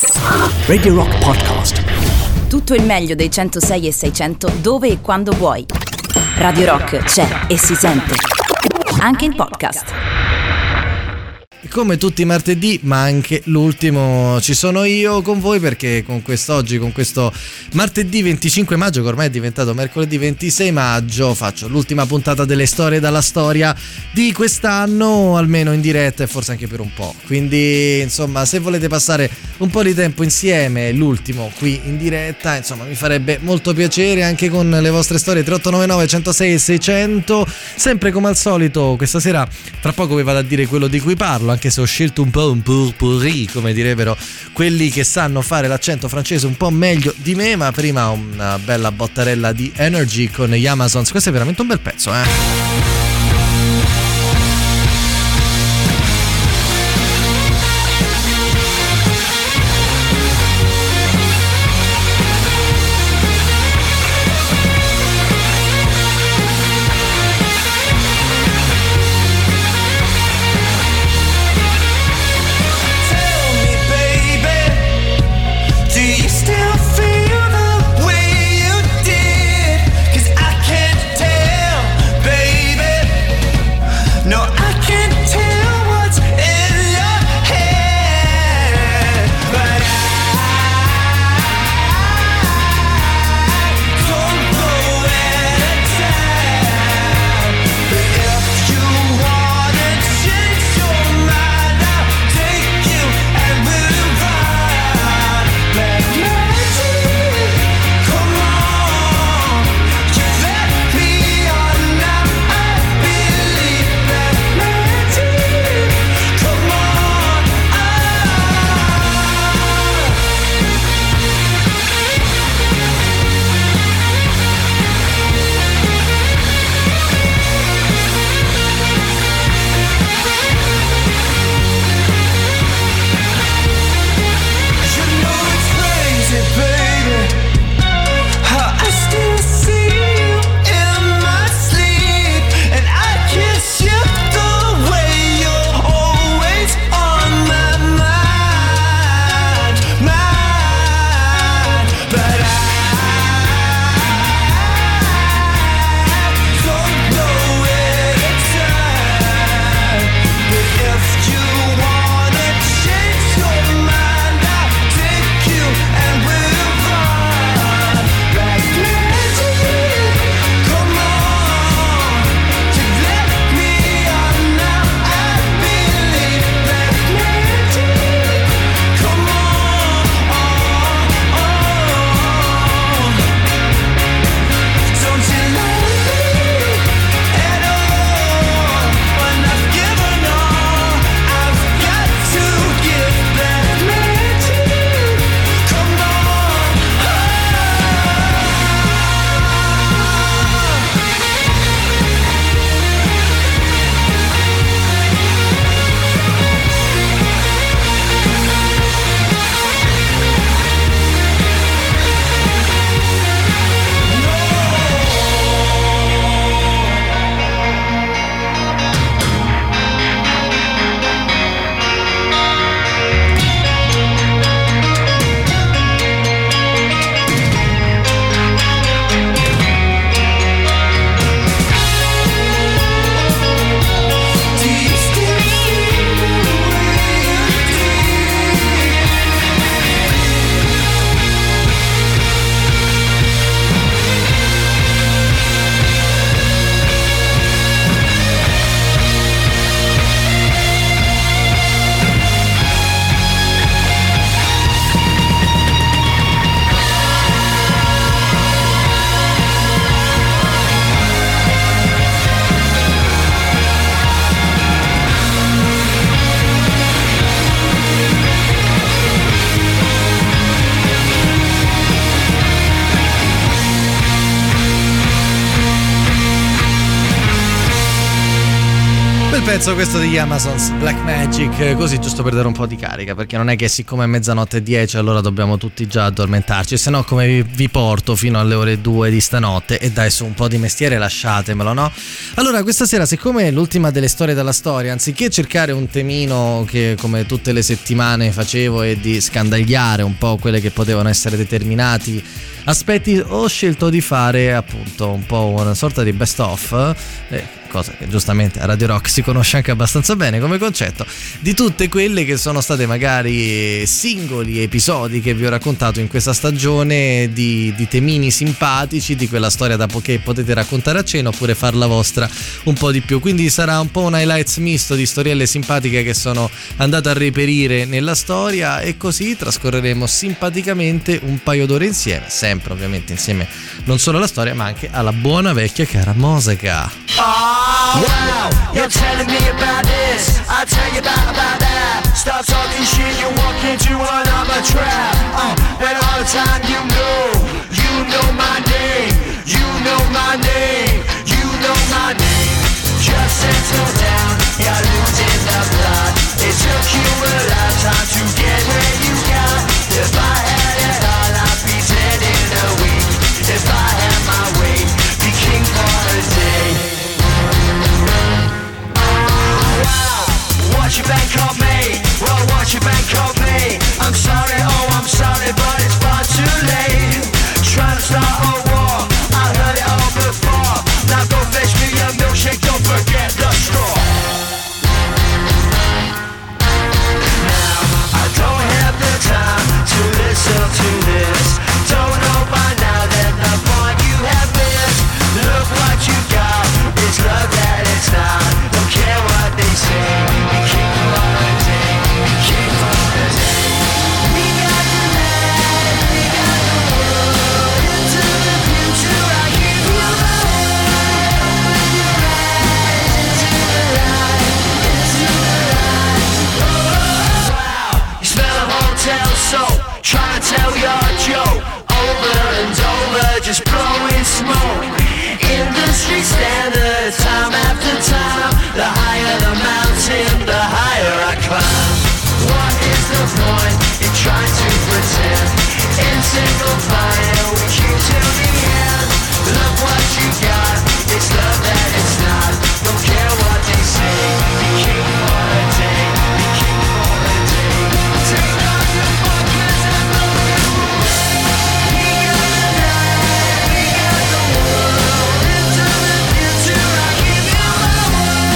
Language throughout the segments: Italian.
Radio Rock Podcast. Tutto il meglio dei 106 e 600 dove e quando vuoi. Radio Rock c'è e si sente anche in podcast. Come tutti i martedì, ma anche l'ultimo, ci sono io con voi, perché con questo martedì 25 maggio, che ormai è diventato mercoledì 26 maggio, faccio l'ultima puntata delle storie dalla storia di quest'anno, almeno in diretta e forse anche per un po'. Quindi, insomma, se volete passare un po' di tempo insieme, l'ultimo qui in diretta, insomma, mi farebbe molto piacere anche con le vostre storie. 3899 106 e 600. Sempre come al solito, questa sera, tra poco vi vado a dire quello di cui parlo, anche se ho scelto un po' un potpourri, come direbbero quelli che sanno fare l'accento francese un po' meglio di me. Ma prima una bella bottarella di Energy con gli Amazons. Questo è veramente un bel pezzo, Baby pezzo questo degli Amazons, Black Magic, così giusto per dare un po' di carica, perché non è che siccome è mezzanotte e 10 allora dobbiamo tutti già addormentarci, se no come vi porto fino alle ore 2 di stanotte, e dai, su un po' di mestiere lasciatemelo, no? Allora questa sera, siccome è l'ultima delle storie della storia, anziché cercare un temino che come tutte le settimane facevo e di scandagliare un po' quelle che potevano essere determinati aspetti, ho scelto di fare appunto un po' una sorta di best of, cosa che giustamente a Radio Rock si conosce anche abbastanza bene come concetto, di tutte quelle che sono state magari singoli episodi che vi ho raccontato in questa stagione, di temini simpatici, di quella storia che potete raccontare a cena oppure farla vostra un po' di più. Quindi sarà un po' un highlights misto di storielle simpatiche che sono andate a reperire nella storia, e così trascorreremo simpaticamente un paio d'ore insieme, sempre ovviamente insieme non solo alla storia ma anche alla buona vecchia cara musica. Oh, wow, you're telling me about this, I'll tell you about that. Start talking shit, you walk into another trap. And all the time you know my name, you know my name, you know my name. Just settle down, you're losing the blood. It took you a lifetime to get where you got. If I had it all, I'd be dead in a week. If I had my way, be king for a day. What you bank on me? Well, what you bank on me? I'm sorry, oh I'm sorry, but it's far too late. Trying to start a war, I heard it all before. Now go fetch me a milkshake, don't forget the straw. Now, I don't have the time to listen to this. Don't know by now that the point you have missed. Look what you got, it's love that it's not. Don't care what they say. Try to tell your joke over and over, just blowing smoke. Industry standard, time after time. The higher the mountain, the higher I climb. What is the point in trying to pretend? In single file, we keep till the end. Look what you got, it's love that it's not. Don't care what they say, be king for a day, be king for a day. Take off your focus and blow your away. We got the night, we got the world. Into the future, I give you my word.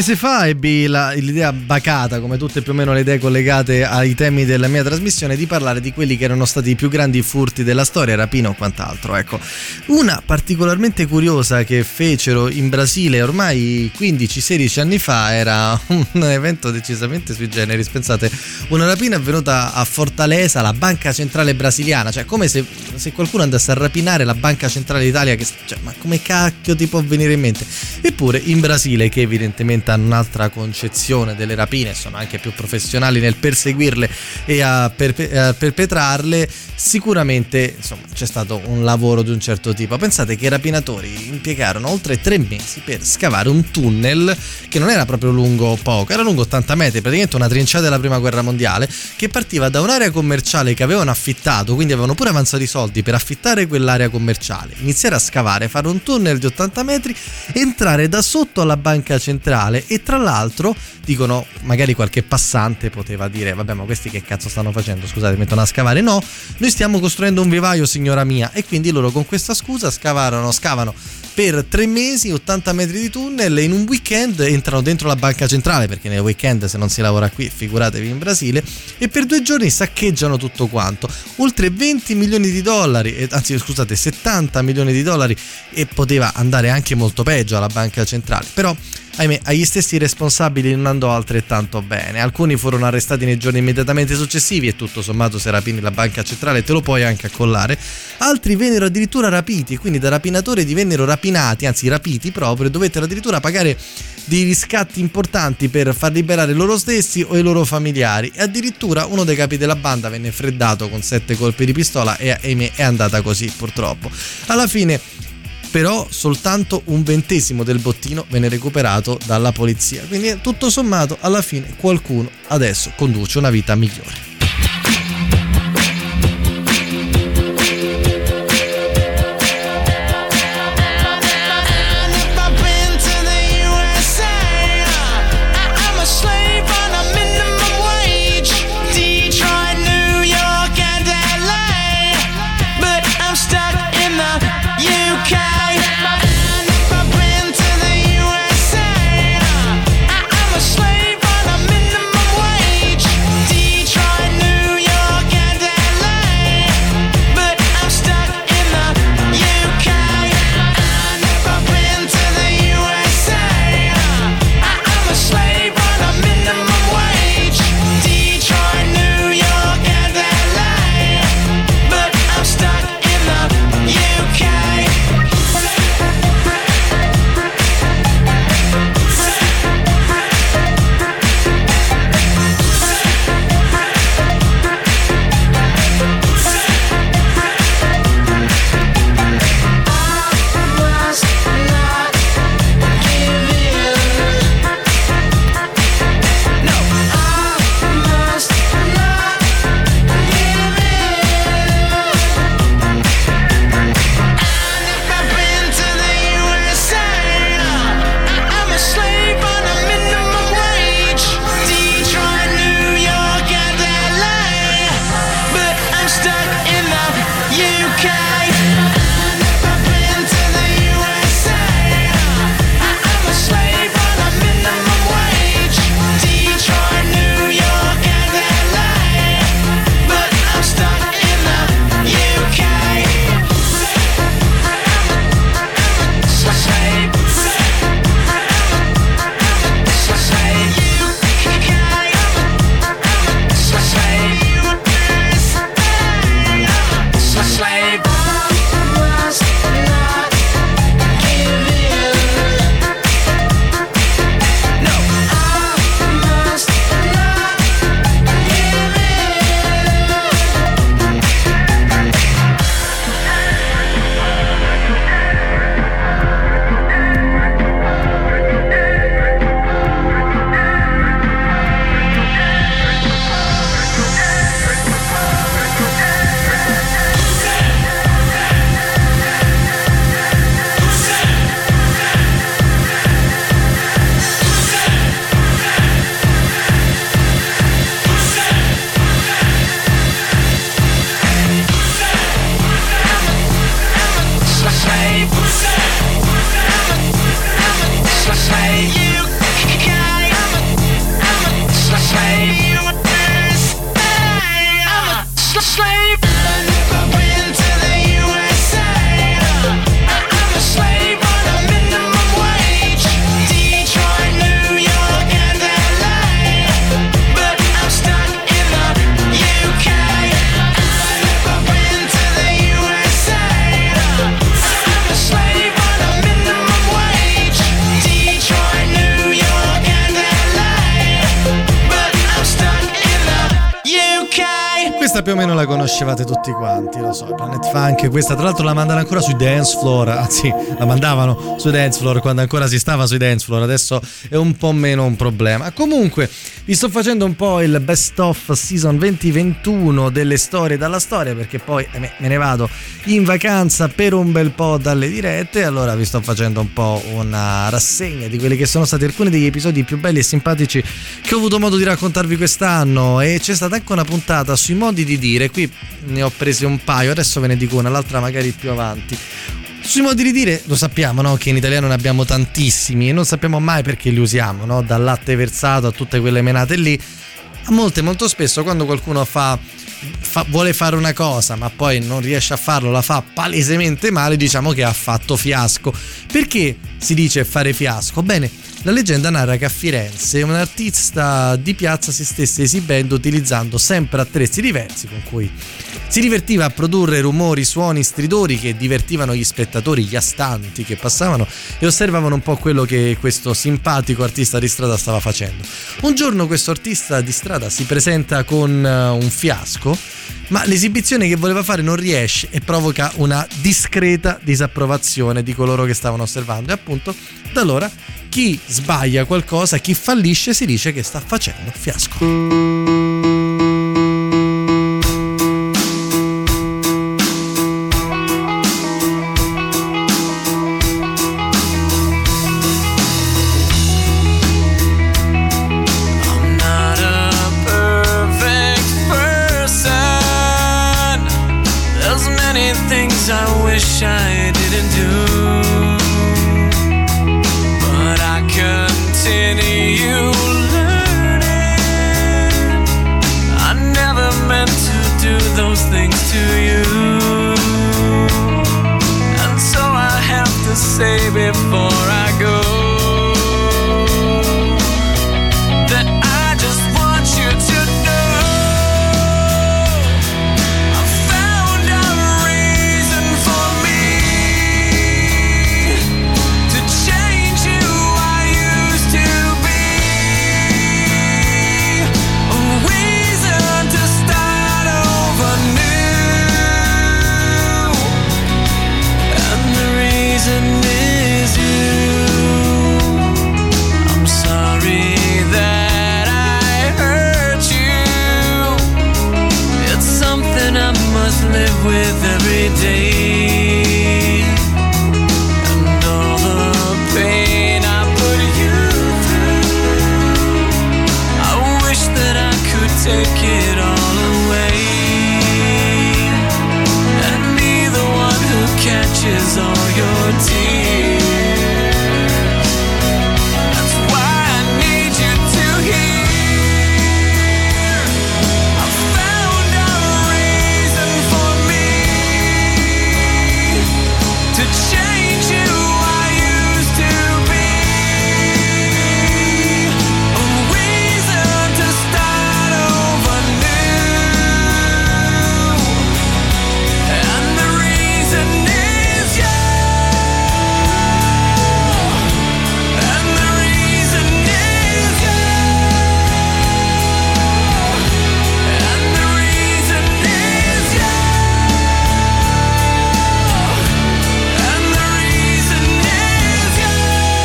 mese fa ebbi l'idea bacata, come tutte più o meno le idee collegate ai temi della mia trasmissione, di parlare di quelli che erano stati i più grandi furti della storia, rapina o quant'altro. Ecco, una particolarmente curiosa che fecero in Brasile ormai 15-16 anni fa era un evento decisamente sui generis. Pensate, una rapina avvenuta a Fortaleza, la banca centrale brasiliana, cioè come se qualcuno andasse a rapinare la banca centrale d'Italia, cioè, ma come cacchio ti può venire in mente? Eppure in Brasile, che evidentemente hanno un'altra concezione delle rapine, sono anche più professionali nel perseguirle e a perpetrarle, sicuramente insomma c'è stato un lavoro di un certo tipo. Pensate che i rapinatori impiegarono oltre 3 mesi per scavare un tunnel che non era proprio lungo poco, era lungo 80 metri, praticamente una trincea della prima guerra mondiale, che partiva da un'area commerciale che avevano affittato, quindi avevano pure avanzato i soldi per affittare quell'area commerciale, iniziare a scavare, fare un tunnel di 80 metri, entrare da sotto alla banca centrale. E tra l'altro dicono, magari qualche passante poteva dire: vabbè, ma questi che cazzo stanno facendo? Scusate, mettono a scavare? No, noi stiamo costruendo un vivaio, signora mia. E quindi loro con questa scusa scavano per 3 mesi 80 metri di tunnel, e in un weekend entrano dentro la banca centrale, perché nel weekend se non si lavora qui figuratevi in Brasile, e per 2 giorni saccheggiano tutto quanto, oltre 20 milioni di dollari, anzi scusate 70 milioni di dollari, e poteva andare anche molto peggio alla banca centrale. Però ahimè, agli stessi responsabili non andò altrettanto bene. Alcuni furono arrestati nei giorni immediatamente successivi, e tutto sommato se rapini la banca centrale te lo puoi anche accollare. Altri vennero addirittura rapiti, quindi da rapinatori divennero rapinati, anzi rapiti proprio, e dovettero addirittura pagare dei riscatti importanti per far liberare loro stessi o i loro familiari. E addirittura uno dei capi della banda venne freddato con 7 colpi di pistola, e ahimè è andata così purtroppo. Alla fine però soltanto 1/20 del bottino venne recuperato dalla polizia, quindi tutto sommato alla fine qualcuno adesso conduce una vita migliore. Try Questa più o meno la conoscevate tutti quanti, lo so, Planet Funk, questa tra l'altro la mandano ancora sui dance floor, anzi la mandavano sui dance floor quando ancora si stava sui dance floor, adesso è un po' meno un problema. Comunque vi sto facendo un po' il best of season 2021 delle storie dalla storia, perché poi me ne vado in vacanza per un bel po' dalle dirette, allora vi sto facendo un po' una rassegna di quelli che sono stati alcuni degli episodi più belli e simpatici che ho avuto modo di raccontarvi quest'anno. E c'è stata anche una puntata sui modi di dire, qui ne ho prese un paio, adesso ve ne dico una, l'altra magari più avanti. Sui modi di dire lo sappiamo, no? Che in italiano ne abbiamo tantissimi e non sappiamo mai perché li usiamo, no? Dal latte versato a tutte quelle menate lì. Molto spesso quando qualcuno vuole fare una cosa ma poi non riesce a farlo, la fa palesemente male, diciamo che ha fatto fiasco. Perché si dice fare fiasco? Bene, la leggenda narra che a Firenze un artista di piazza si stesse esibendo utilizzando sempre attrezzi diversi con cui si divertiva a produrre rumori, suoni, stridori che divertivano gli spettatori, gli astanti che passavano e osservavano un po' quello che questo simpatico artista di strada stava facendo. Un giorno questo artista di strada si presenta con un fiasco, ma l'esibizione che voleva fare non riesce e provoca una discreta disapprovazione di coloro che stavano osservando, e appunto da allora chi sbaglia qualcosa, chi fallisce, si dice che sta facendo fiasco. I wish I didn't do, but I continue learning. I never meant to do those things to you, and so I have to say before I go that I just want you to know I found a reason for me to change who I used to be, a reason to start over new, and the reason is you. I'm sorry that I hurt you. It's something I must live with every day, and all the pain I put you through, I wish that I could take it all away and be the one who catches all your tears. That's why I need you to hear I found a reason for me to change who I used to be, a reason to start over new, and the reason is you, and the reason is you, and the reason is you, and the reason is you.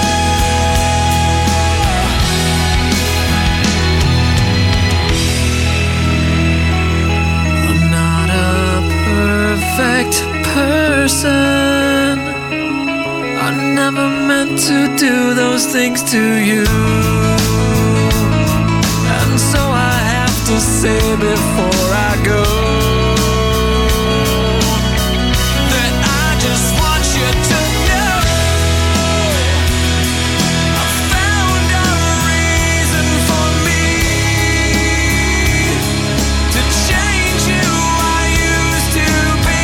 I'm not a perfect person. I never meant to do those things to you, and so I have to say before I go that I just want you to know I found a reason for me to change who I used to be,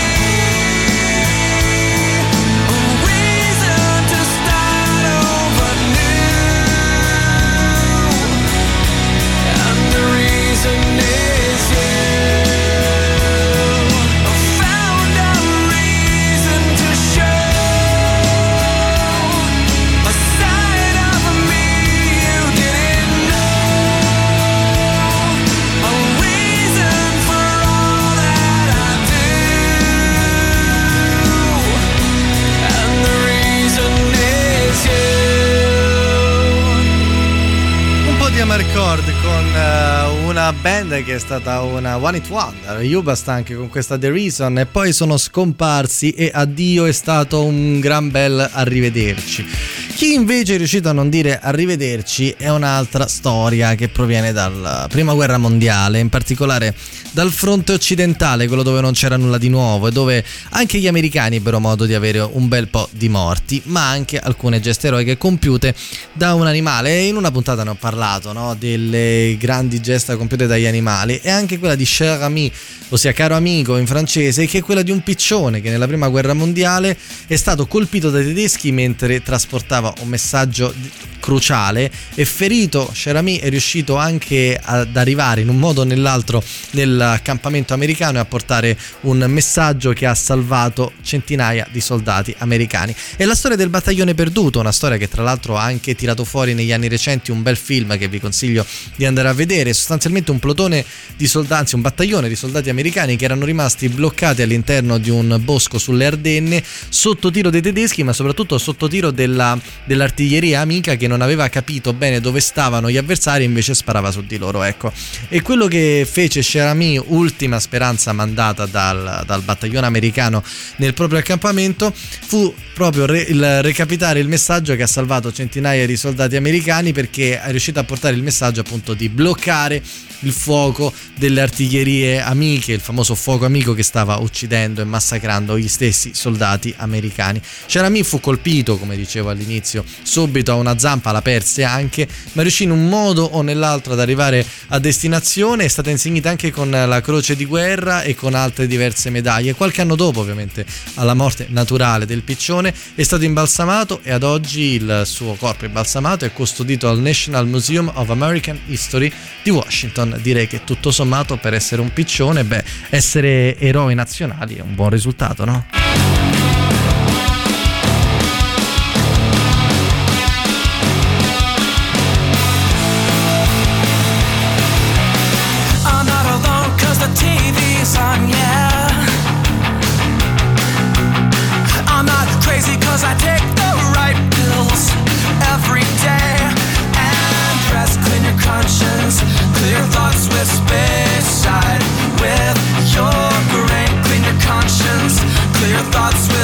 a reason to start over new, and the reason is you. Bastard con una band che è stata una one hit wonder, Ubast anche con questa The Reason, e poi sono scomparsi e addio è stato un gran bel arrivederci. Chi invece è riuscito a non dire arrivederci è un'altra storia che proviene dalla prima guerra mondiale, in particolare dal fronte occidentale, quello dove non c'era nulla di nuovo e dove anche gli americani ebbero modo di avere un bel po' di morti, ma anche alcune gesta eroiche compiute da un animale. E in una puntata ne ho parlato, no? Delle grandi gesta compiute dagli animali, e anche quella di cher ami, ossia caro amico in francese, che è quella di un piccione che nella prima guerra mondiale è stato colpito dai tedeschi mentre trasportava un messaggio cruciale, e ferito cher ami è riuscito anche ad arrivare in un modo o nell'altro nell'accampamento americano e a portare un messaggio che ha salvato centinaia di soldati americani. È la storia del battaglione perduto, una storia che tra l'altro ha anche tirato fuori negli anni recenti un bel film che vi consiglio di andare a vedere. Sostanzialmente un plotone di soldati, anzi un battaglione di soldati americani che erano rimasti bloccati all'interno di un bosco sulle Ardenne sotto tiro dei tedeschi, ma soprattutto sotto tiro dell'artiglieria amica, che non aveva capito bene dove stavano gli avversari e invece sparava su di loro, ecco. E quello che fece cher ami, ultima speranza mandata dal battaglione americano nel proprio accampamento, fu proprio il recapitare il messaggio che ha salvato centinaia di soldati americani, perché è riuscito a portare il messaggio appunto di bloccare il fuoco delle artiglierie amiche, il famoso fuoco amico che stava uccidendo e massacrando gli stessi soldati americani. Cher ami fu colpito, come dicevo all'inizio, subito a una zampa, la perse anche, ma riuscì in un modo o nell'altro ad arrivare a destinazione. È stata insignita anche con la croce di guerra e con altre diverse medaglie. Qualche anno dopo, ovviamente, alla morte naturale del piccione, è stato imbalsamato, e ad oggi il suo corpo imbalsamato è custodito al National Museum of American History di Washington. Direi che tutto sommato, per essere un piccione, essere eroi nazionali è un buon risultato, no? I take the right pills every day and rest, clean your conscience, clear your thoughts with space side with your brain, clean your conscience, clear your thoughts with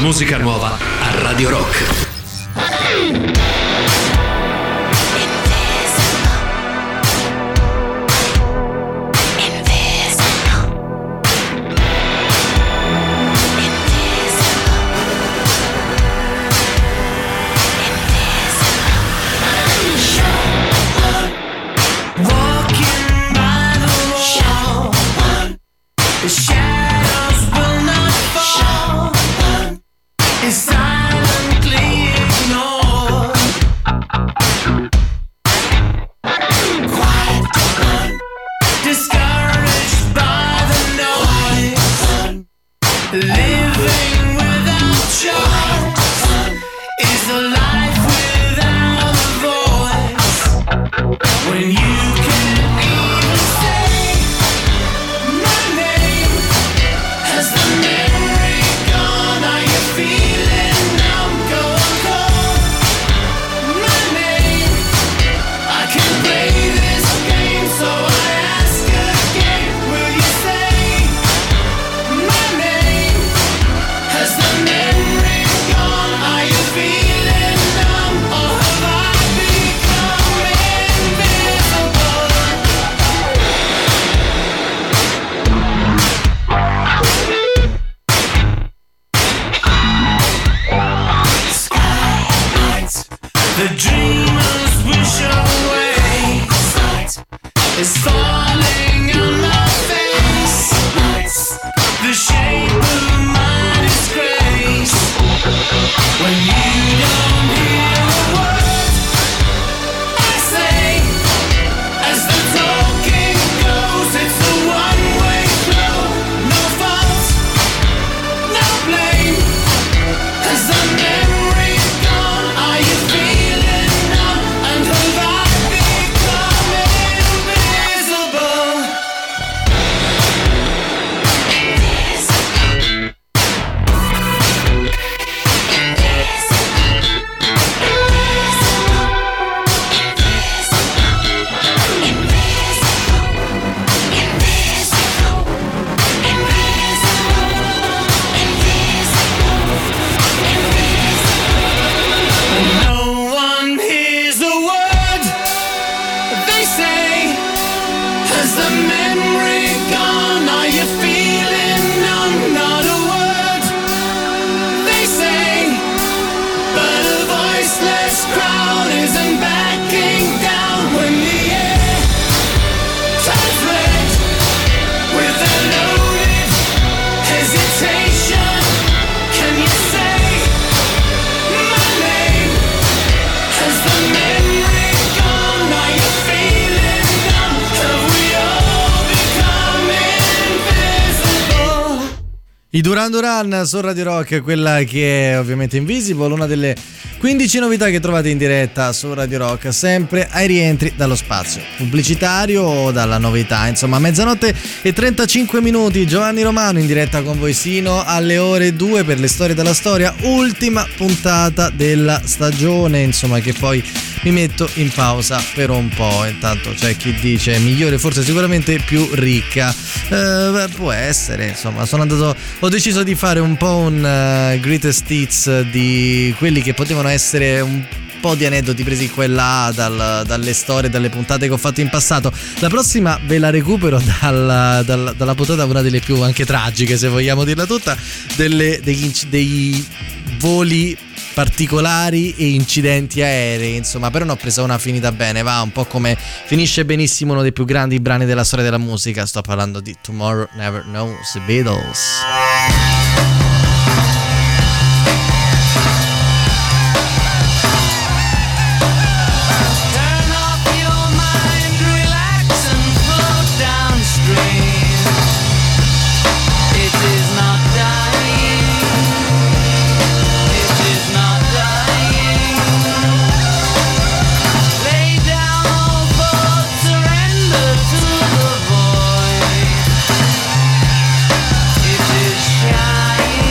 musica nuova a Radio Rock. I Duran Duran su Radio Rock, quella che è ovviamente Invisible, una delle 15 novità che trovate in diretta su Radio Rock, sempre ai rientri dallo spazio pubblicitario o dalla novità. Insomma, mezzanotte e 35 minuti, Giovanni Romano in diretta con voi sino alle ore 2 per le storie della storia, ultima puntata della stagione, insomma, che poi mi metto in pausa per un po'. Intanto c'è chi dice migliore, forse sicuramente più ricca, può essere, insomma. Ho deciso di fare un po' un greatest hits di quelli che potevano essere un po' di aneddoti presi qua e là dalle storie, dalle puntate che ho fatto in passato. La prossima ve la recupero dalla puntata, una delle più anche tragiche, se vogliamo dirla tutta, dei voli particolari e incidenti aerei, insomma. Però ne ho presa una finita bene, va, un po' come finisce benissimo uno dei più grandi brani della storia della musica. Sto parlando di Tomorrow Never Knows, The Beatles. Shine.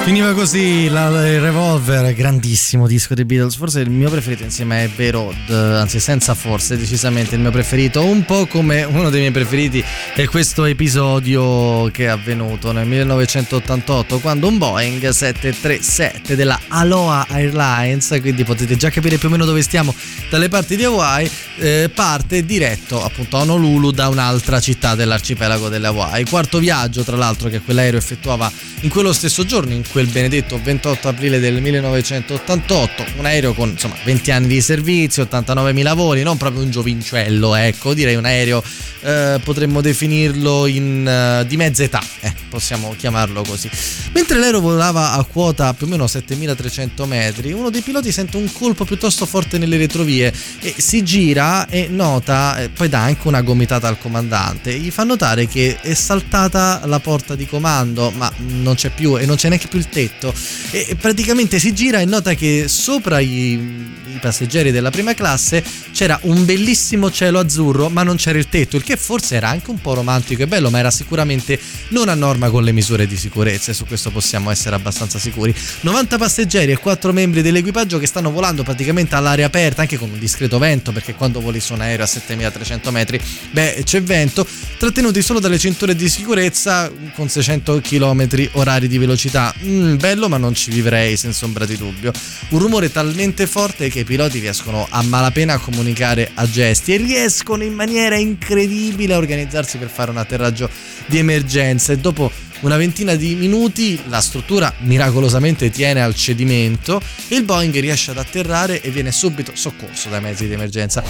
Finiva così il Revolver, grandissimo disco dei Beatles, forse il mio preferito insieme a Abbey Road, anzi senza forse, decisamente il mio preferito, un po' come uno dei miei preferiti è questo episodio che è avvenuto nel 1988 quando un Boeing 737 della Aloha Airlines, quindi potete già capire più o meno dove stiamo, dalle parti di Hawaii, parte diretto appunto a Honolulu da un'altra città dell'arcipelago delle Hawaii. Quarto viaggio tra l'altro che quell'aereo effettuava in quello stesso giorno, in quel benedetto 28 aprile del 1988, un aereo con insomma 20 anni di servizio, 89.000 voli, non proprio un giovincello, ecco, direi un aereo potremmo definirlo di mezza età, possiamo chiamarlo così. Mentre l'aereo volava a quota più o meno 7.300 metri, uno dei piloti sente un colpo piuttosto forte nelle retrovie e si gira e nota, poi dà anche una gomitata al comandante, gli fa notare che è saltata la porta di comando, ma non c'è più e non c'è neanche più il tetto, e praticamente si gira e nota che sopra i passeggeri della prima classe c'era un bellissimo cielo azzurro, ma non c'era il tetto, il che forse era anche un po' romantico e bello, ma era sicuramente non a norma con le misure di sicurezza, e su questo possiamo essere abbastanza sicuri. 90 passeggeri e 4 membri dell'equipaggio che stanno volando praticamente all'aria aperta, anche con un discreto vento, perché quando voli su un aereo a 7.300 metri c'è vento, trattenuti solo dalle cinture di sicurezza con 600 km orari di velocità. Bello, ma non ci vivrei senza ombra di dubbio. Un rumore talmente forte che i piloti riescono a malapena a comunicare a gesti e riescono in maniera incredibile a organizzarsi per fare un atterraggio di emergenza, e dopo una ventina di minuti la struttura miracolosamente tiene al cedimento e il Boeing riesce ad atterrare e viene subito soccorso dai mezzi di emergenza.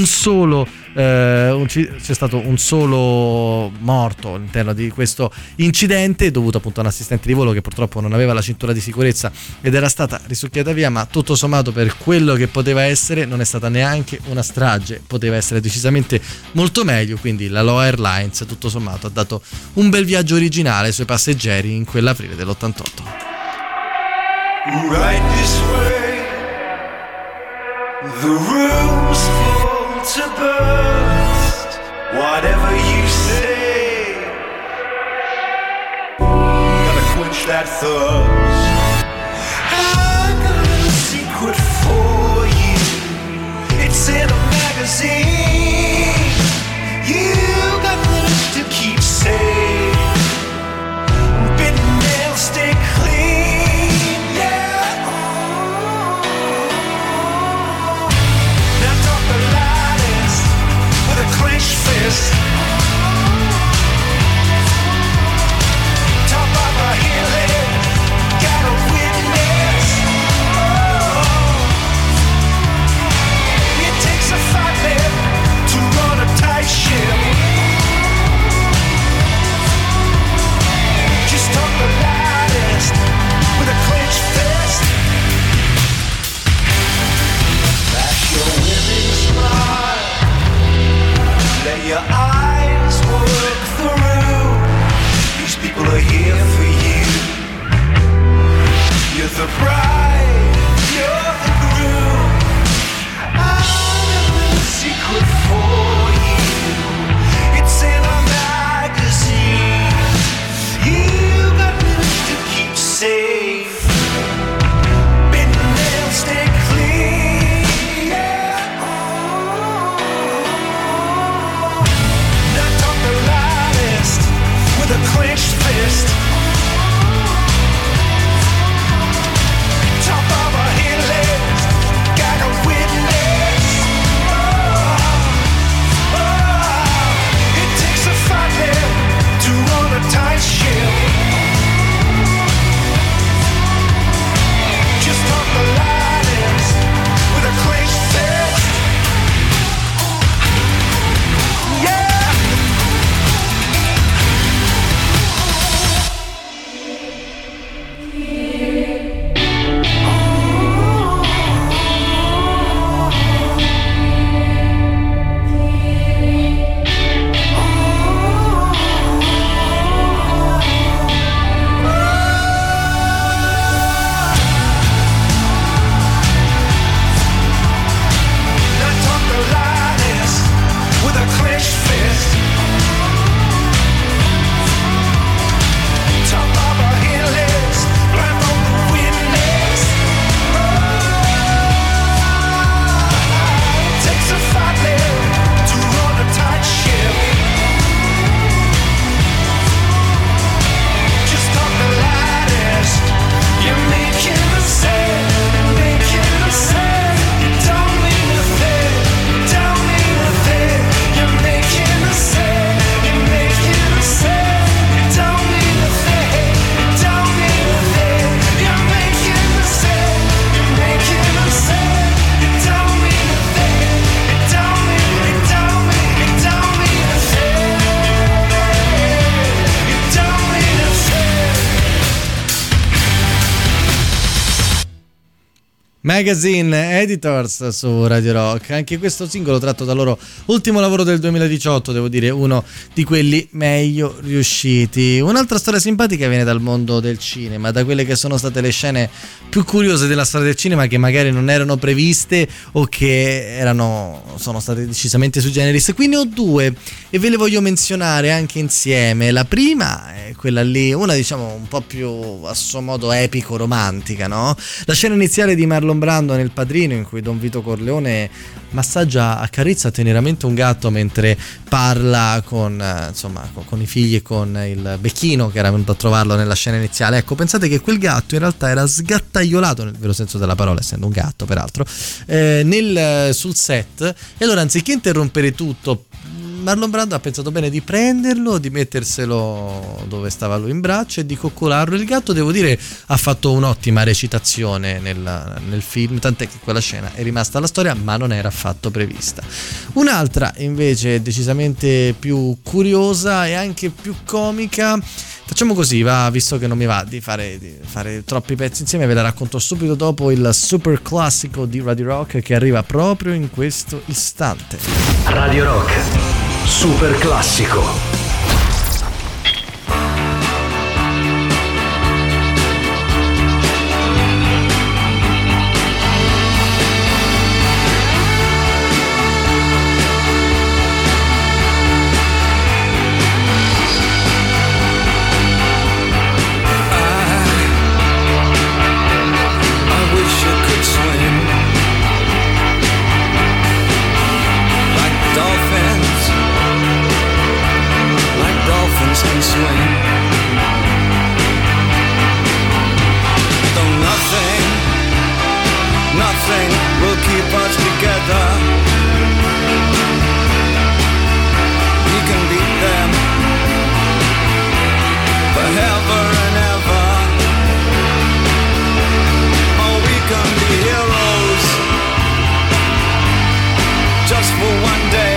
C'è stato un solo morto all'interno di questo incidente, dovuto appunto a un assistente di volo che purtroppo non aveva la cintura di sicurezza ed era stata risucchiata via, ma tutto sommato per quello che poteva essere non è stata neanche una strage, poteva essere decisamente molto meglio, quindi la Aloha Airlines tutto sommato ha dato un bel viaggio originale ai suoi passeggeri in quell'aprile dell'88. Right this way, the room's full to burst. Whatever you say, gotta quench that thirst. I got a secret for you. It's in a magazine. You got lips to keep safe. Bitten nails stay clean, yeah. Now talk the loudest with a clenched fist. Top of a hill, got a witness. Oh. It takes a fight man to run a tight ship. Just talk the loudest with a clenched fist. Flash your winning smile. Let your eyes work through. These people are here for you. You're the bride, you're the groom. I have a secret for you. It's in a magazine. You got lips to keep safe. Bitten nails stay clean, yeah. Now talk the loudest with a clenched fist. Top of a hit list, got a witness. It takes a fight man to run a tight ship. Just talk the loudest with a clenched fist. Yeah. Magazine Editors su Radio Rock. Anche questo singolo tratto dal loro ultimo lavoro del 2018, devo dire uno di quelli meglio riusciti. Un'altra storia simpatica viene dal mondo del cinema, da quelle che sono state le scene più curiose della storia del cinema, che magari non erano previste o che sono state decisamente sui generis. Qui ne ho due e ve le voglio menzionare anche insieme. La prima è quella lì, una diciamo un po' più a suo modo epico, romantica, no? La scena iniziale di Marlon Brando nel Padrino, in cui Don Vito Corleone massaggia, accarezza teneramente un gatto mentre parla con i figli e con il becchino che era venuto a trovarlo nella scena iniziale. Ecco, pensate che quel gatto in realtà era sgattaiolato, nel vero senso della parola, essendo un gatto peraltro, sul set, e allora anziché interrompere tutto, Marlon Brando ha pensato bene di prenderlo, di metterselo dove stava lui in braccio e di coccolarlo. Il gatto, devo dire, ha fatto un'ottima recitazione nel film, tant'è che quella scena è rimasta alla storia, ma non era affatto prevista. Un'altra invece decisamente più curiosa e anche più comica. Facciamo così, visto che non mi va di fare troppi pezzi insieme, ve la racconto subito dopo il super classico di Radio Rock che arriva proprio in questo istante. Radio Rock, super classico. And swing. Though nothing will keep us together. We can beat them forever and ever. Oh, we can be heroes just for one day.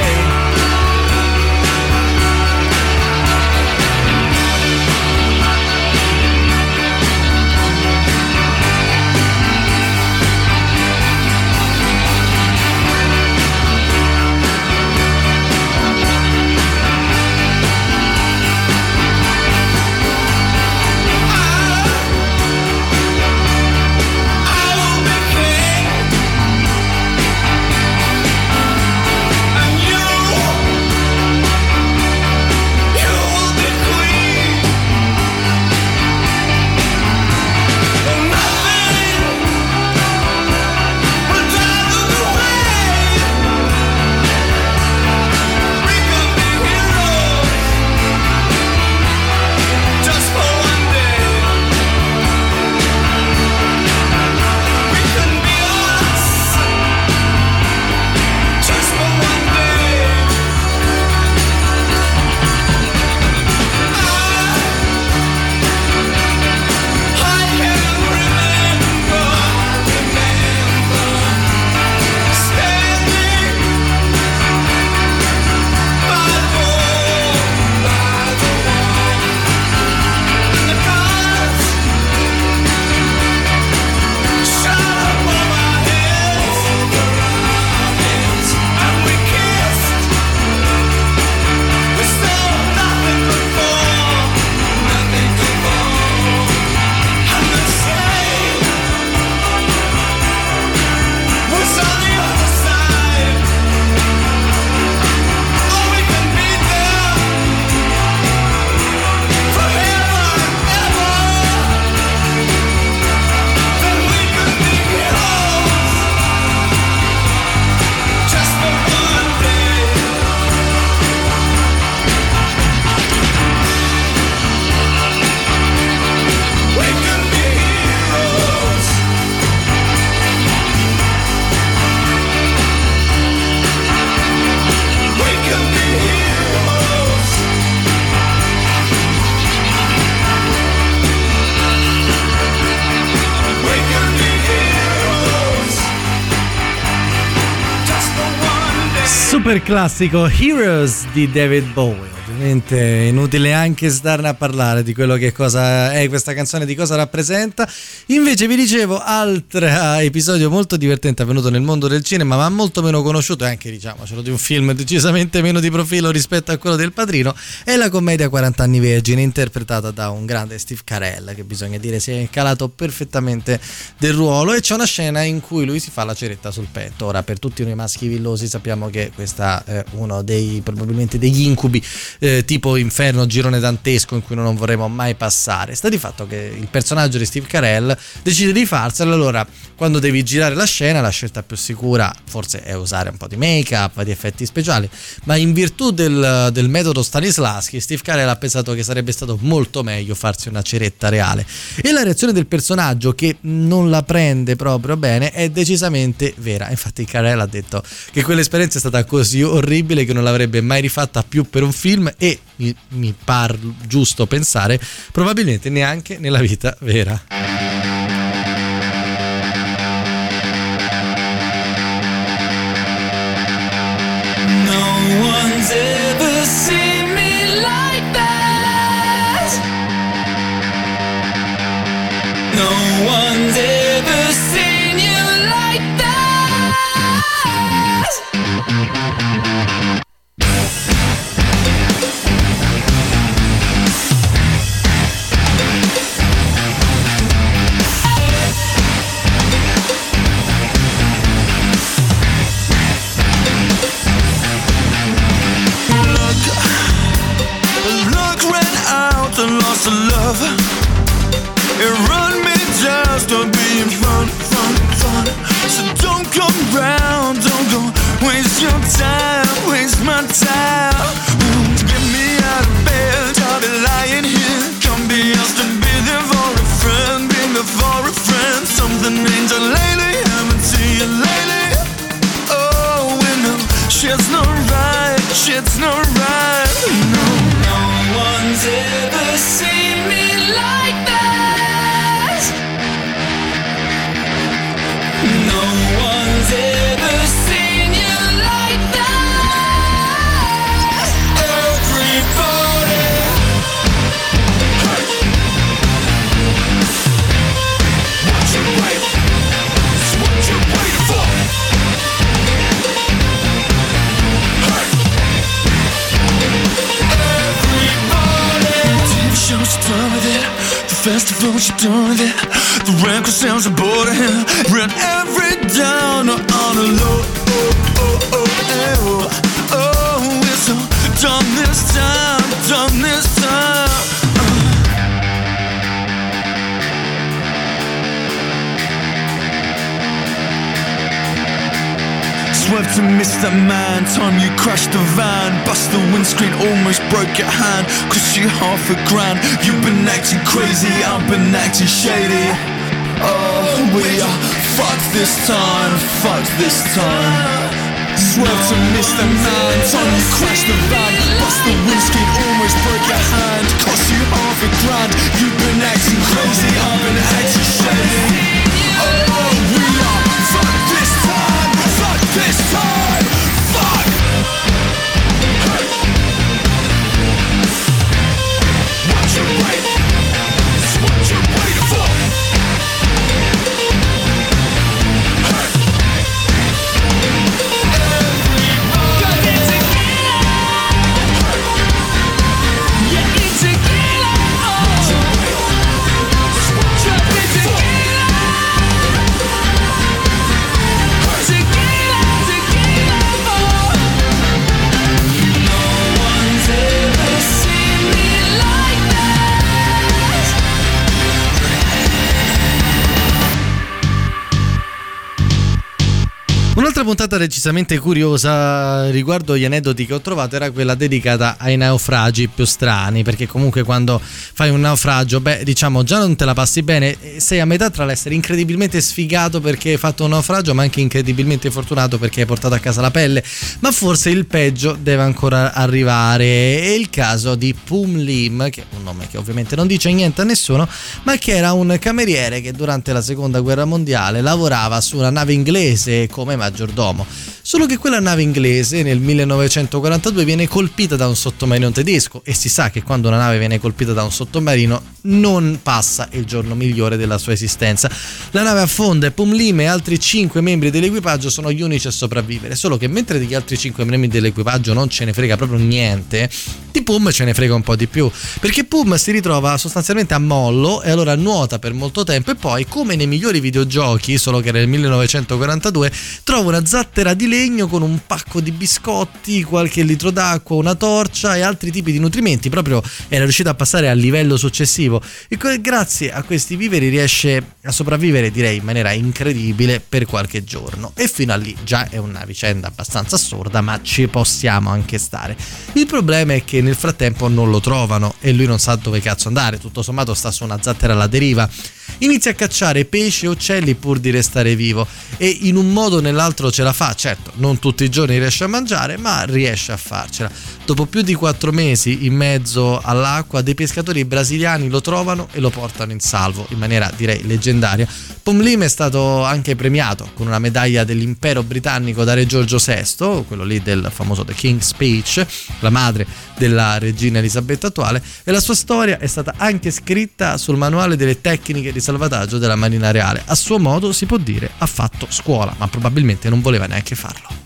Super classico Heroes di David Bowie. ovviamente è inutile anche starne a parlare di quello che cosa è questa canzone, di cosa rappresenta. Invece vi dicevo, altro episodio molto divertente avvenuto nel mondo del cinema, ma molto meno conosciuto e anche, diciamocelo, di un film decisamente meno di profilo rispetto a quello del Padrino, è la commedia 40 anni vergine, interpretata da un grande Steve Carell, che bisogna dire si è calato perfettamente del ruolo, e c'è una scena in cui lui si fa la ceretta sul petto. Ora, per tutti noi maschi villosi sappiamo che questa è uno dei probabilmente degli incubi tipo inferno, girone dantesco in cui non vorremmo mai passare. Sta di fatto che il personaggio di Steve Carell decide di farselo. Allora, quando devi girare la scena, la scelta più sicura forse è usare un po' di make-up, di effetti speciali, ma in virtù del metodo Stanislavski, Steve Carell ha pensato che sarebbe stato molto meglio farsi una ceretta reale, e la reazione del personaggio, che non la prende proprio bene, è decisamente vera. Infatti Carell ha detto che quell'esperienza è stata così orribile che non l'avrebbe mai rifatta più per un film, e mi par giusto pensare probabilmente neanche nella vita vera. No one's ever seen me like that. No one's ever seen you like that. Lost of love, it run me just to being fun. So don't come round, don't go waste your time, waste my time. Get me out of bed, I'll be lying here. Come be asked to be there for a friend, be there for a friend. Something ain't done lately, haven't seen you lately. Oh, we know shit's not right, shit's not right. No one's ever seen me like that. No one's ever seen you like that. Everybody, What you wait, it's what you're waiting for. Show's done with it, the festival's done with it. The record sales are bored of him. Run every down on a low. Oh, it's so done this time, done this time. Swerve to miss that man, time you crashed the van. Bust the windscreen, almost broke your hand. Cost you $5,000. You've been acting crazy, I've been acting shady. Oh, we are fucked this time, fucked this time. Swerve to miss that man, time you crashed the van. Bust the windscreen, almost broke your hand. Cost you $5,000. You've been acting crazy, I've been acting shady. Oh, we are fucked this time, fuck this time, fuck. Hey. What you wait, it's what you're waiting for. Hey. Everybody, get together. Hey. You need together. What you wait, it's what you're waiting for. Un'altra puntata decisamente curiosa riguardo gli aneddoti che ho trovato era quella dedicata ai naufragi più strani, perché comunque quando fai un naufragio, diciamo già non te la passi bene, sei a metà tra l'essere incredibilmente sfigato perché hai fatto un naufragio, ma anche incredibilmente fortunato perché hai portato a casa la pelle, ma forse il peggio deve ancora arrivare. È il caso di Pum Lim, che è un nome che ovviamente non dice niente a nessuno, ma che era un cameriere che durante la seconda guerra mondiale lavorava su una nave inglese come maggiordomo. Solo che quella nave inglese nel 1942 viene colpita da un sottomarino tedesco e si sa che quando una nave viene colpita da un sottomarino non passa il giorno migliore della sua esistenza. La nave affonda e Pumlime e altri 5 membri dell'equipaggio sono gli unici a sopravvivere, solo che mentre degli altri 5 membri dell'equipaggio non ce ne frega proprio niente, di Pum ce ne frega un po' di più, perché Pum si ritrova sostanzialmente a mollo e allora nuota per molto tempo e poi, come nei migliori videogiochi, solo che nel 1942, trova una zattera di legno con un pacco di biscotti, qualche litro d'acqua, una torcia e altri tipi di nutrimenti. Proprio era riuscito a passare al livello successivo e grazie a questi viveri riesce a sopravvivere, direi in maniera incredibile, per qualche giorno. E fino a lì già è una vicenda abbastanza assurda, ma ci possiamo anche stare. Il problema è che nel frattempo non lo trovano e lui non sa dove cazzo andare, tutto sommato sta su una zattera alla deriva. Inizia a cacciare pesci e uccelli pur di restare vivo e in un modo o nell'altro ce la fa. Certo, non tutti i giorni riesce a mangiare, ma riesce a farcela. Dopo più di 4 mesi in mezzo all'acqua, dei pescatori brasiliani lo trovano e lo portano in salvo in maniera, direi, leggendaria. Pumlime è stato anche premiato con una medaglia dell'impero britannico da Re Giorgio VI, quello lì del famoso The King's Speech, la madre della regina Elisabetta attuale, e la sua storia è stata anche scritta sul manuale delle tecniche di salvataggio della Marina Reale. A suo modo, si può dire, ha fatto scuola, ma probabilmente non voleva neanche farlo.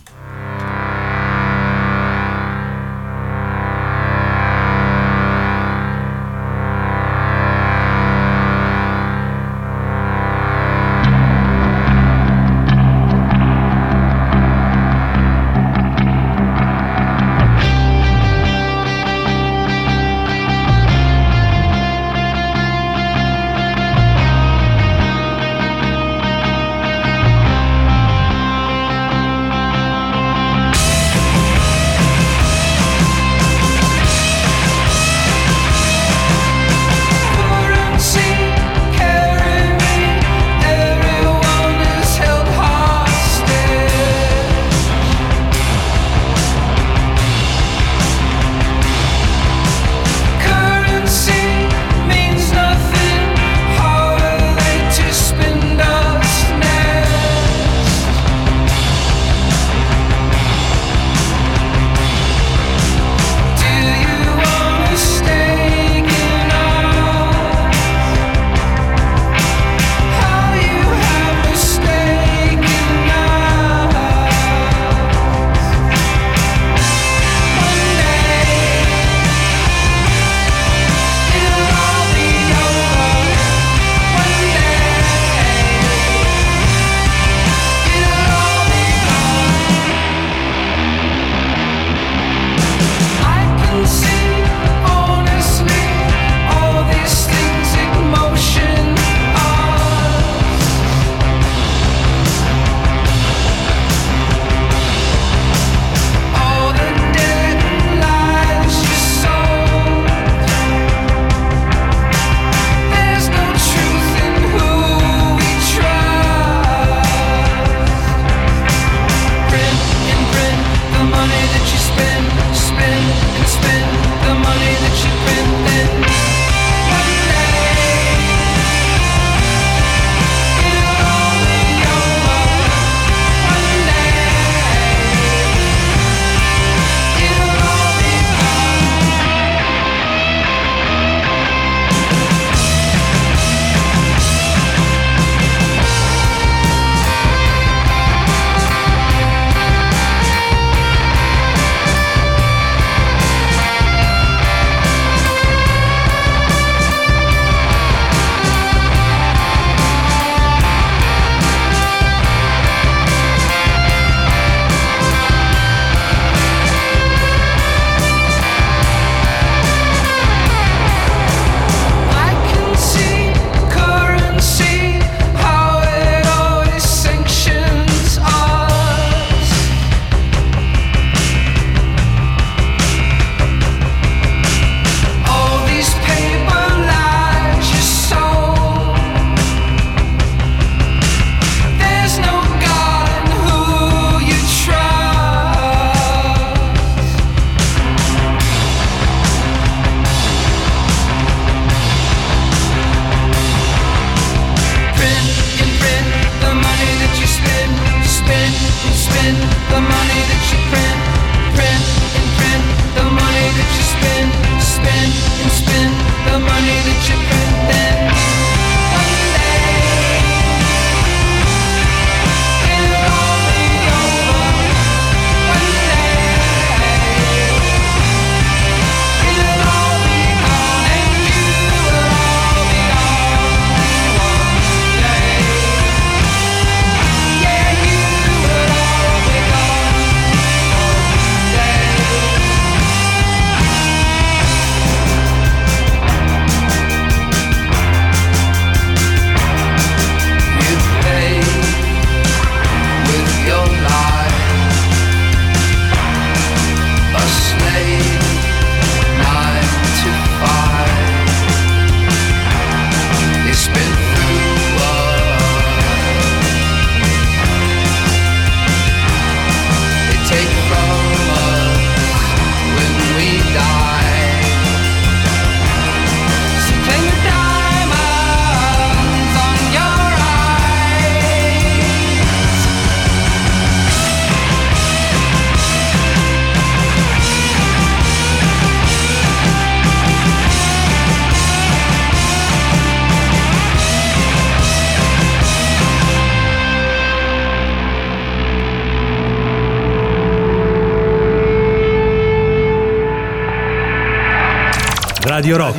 Radio Rock.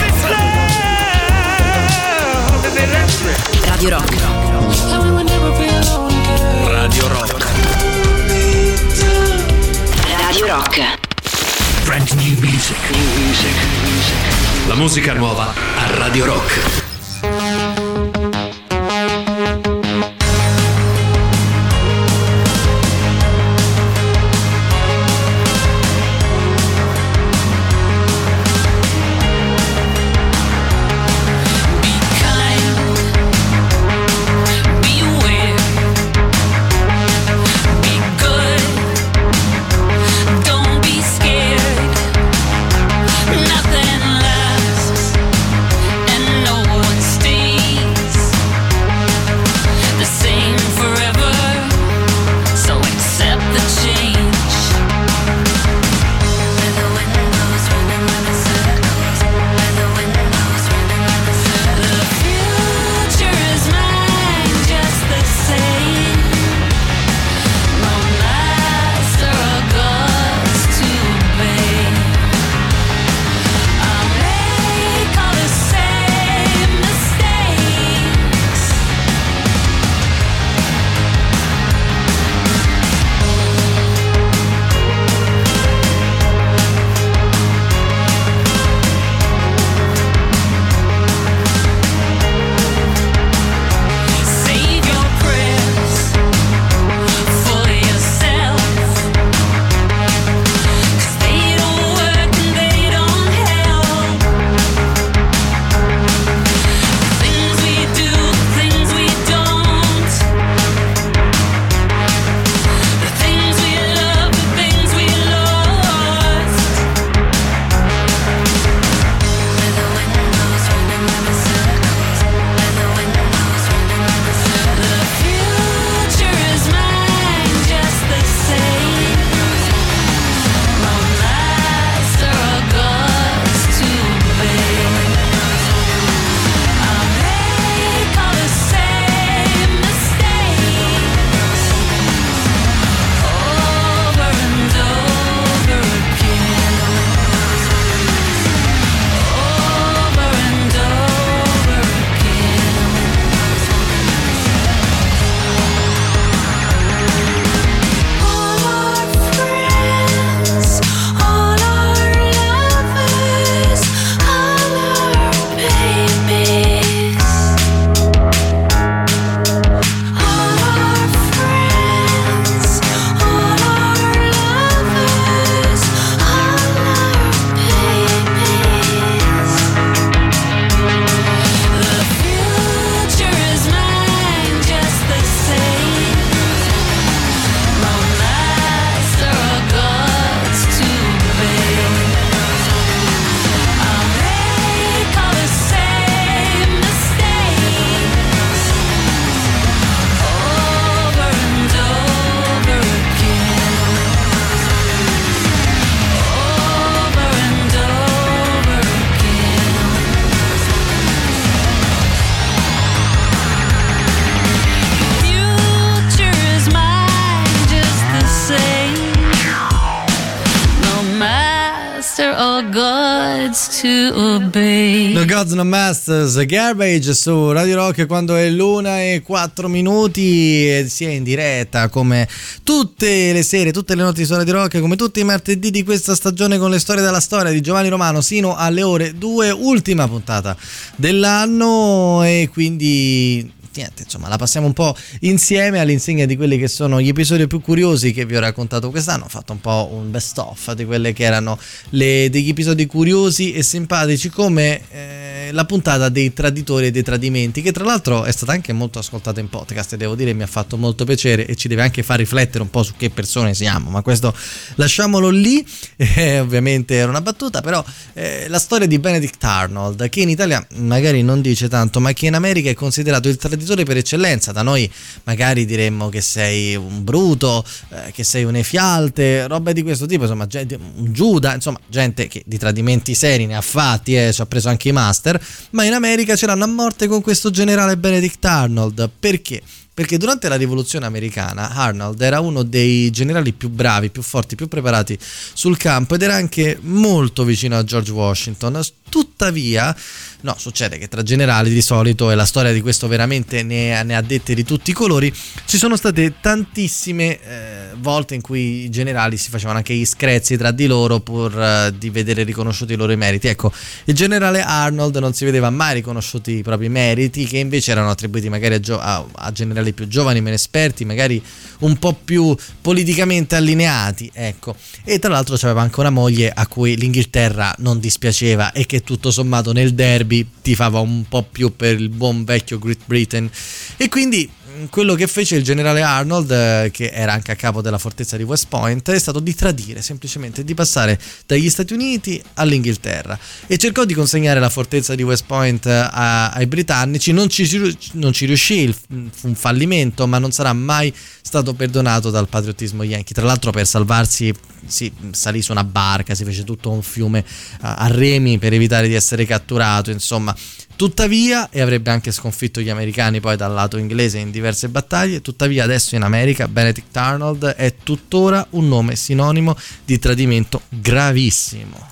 Radio Rock. Radio Rock. Radio Rock. Brand new music. La musica nuova a Radio Rock. Nothing lasts, and no one stays. gods to obey. No Gods No Masters, Garbage su Radio Rock quando è l'1:04 e si è in diretta come tutte le sere, tutte le notti su Radio Rock, come tutti i martedì di questa stagione con le storie della storia di Giovanni Romano sino alle ore 2, ultima puntata dell'anno e quindi niente, insomma, la passiamo un po' insieme all'insegna di quelli che sono gli episodi più curiosi che vi ho raccontato quest'anno. Ho fatto un po' un best of di quelle che erano degli episodi curiosi e simpatici, come la puntata dei traditori e dei tradimenti, che tra l'altro è stata anche molto ascoltata in podcast e devo dire mi ha fatto molto piacere e ci deve anche far riflettere un po' su che persone siamo, ma questo lasciamolo lì. Ovviamente era una battuta, però la storia di Benedict Arnold, che in Italia magari non dice tanto, ma che in America è considerato il traditore per eccellenza. Da noi magari diremmo che sei un bruto, che sei un efialte, roba di questo tipo, insomma, gente, un Giuda, insomma, gente che di tradimenti seri ne ha fatti, ci ha preso anche i master, ma in America ce l'hanno a morte con questo generale Benedict Arnold. Perché? Perché durante la rivoluzione americana Arnold era uno dei generali più bravi, più forti, più preparati sul campo ed era anche molto vicino a George Washington. Tuttavia, no, succede che tra generali di solito, e la storia di questo veramente ne ha dette di tutti i colori, ci sono state tantissime volte in cui i generali si facevano anche gli screzi tra di loro pur di vedere riconosciuti i loro meriti. Ecco, il generale Arnold non si vedeva mai riconosciuti i propri meriti, che invece erano attribuiti magari a generali più giovani, meno esperti, magari un po' più politicamente allineati, ecco. E tra l'altro c'aveva anche una moglie a cui l'Inghilterra non dispiaceva e che tutto sommato nel derby tifava un po' più per il buon vecchio Great Britain. E quindi quello che fece il generale Arnold, che era anche a capo della fortezza di West Point, è stato di tradire, semplicemente di passare dagli Stati Uniti all'Inghilterra, e cercò di consegnare la fortezza di West Point ai britannici. Non ci riuscì, fu un fallimento, ma non sarà mai stato perdonato dal patriottismo yankee. Tra l'altro, per salvarsi si salì su una barca, si fece tutto un fiume a remi per evitare di essere catturato, insomma. Tuttavia, e avrebbe anche sconfitto gli americani poi dal lato inglese in diverse battaglie, tuttavia adesso in America Benedict Arnold è tuttora un nome sinonimo di tradimento gravissimo.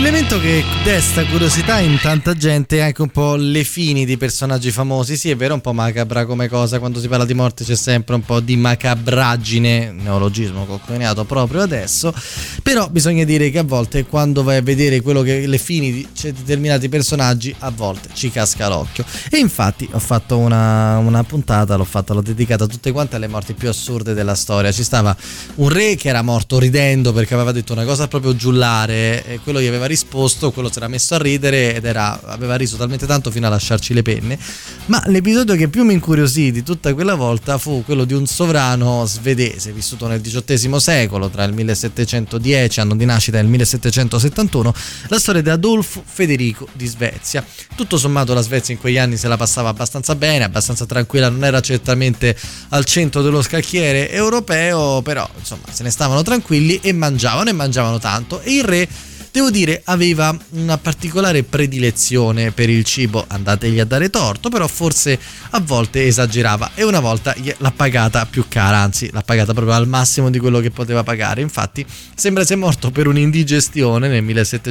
elemento che desta curiosità in tanta gente è anche un po' le fini di personaggi famosi. Sì, è vero, un po' macabra come cosa, quando si parla di morte c'è sempre un po' di macabraggine, neologismo che ho coniato proprio adesso, però bisogna dire che a volte quando vai a vedere quello che le fini di determinati personaggi, a volte ci casca l'occhio. E infatti ho fatto una puntata, l'ho dedicata a tutte quante alle morti più assurde della storia. Ci stava un re che era morto ridendo perché aveva detto una cosa proprio giullare, e quello gli aveva risposto, quello si era messo a ridere ed aveva riso talmente tanto fino a lasciarci le penne. Ma l'episodio che più mi incuriosì di tutta quella volta fu quello di un sovrano svedese vissuto nel XVIII secolo, tra il 1710, anno di nascita, e il 1771, la storia di Adolfo Federico di Svezia. Tutto sommato la Svezia in quegli anni se la passava abbastanza bene, abbastanza tranquilla, non era certamente al centro dello scacchiere europeo, però insomma se ne stavano tranquilli e mangiavano tanto, e il re, devo dire, aveva una particolare predilezione per il cibo, andategli a dare torto, però forse a volte esagerava e una volta l'ha pagata più cara, anzi l'ha pagata proprio al massimo di quello che poteva pagare. Infatti sembra sia morto per un'indigestione nel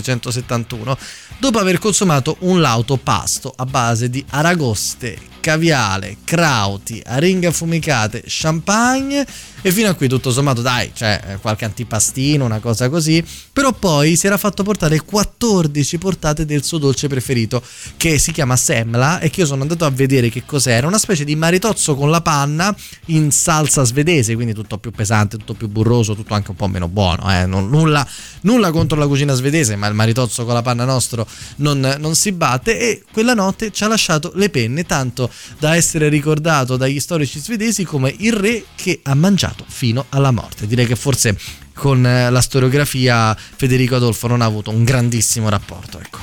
1771 dopo aver consumato un lauto pasto a base di aragoste, caviale, crauti, aringhe affumicate, champagne, e fino a qui tutto sommato dai, cioè qualche antipastino, una cosa così. Però poi si era fatto portare 14 portate del suo dolce preferito, che si chiama semla, e che io sono andato a vedere che cos'era. Una specie di maritozzo con la panna in salsa svedese, quindi tutto più pesante, tutto più burroso, tutto anche un po' meno buono, nulla contro la cucina svedese, ma il maritozzo con la panna nostro non si batte. E quella notte ci ha lasciato le penne, tanto da essere ricordato dagli storici svedesi come il re che ha mangiato fino alla morte. Direi che forse con la storiografia Federico Adolfo non ha avuto un grandissimo rapporto, ecco.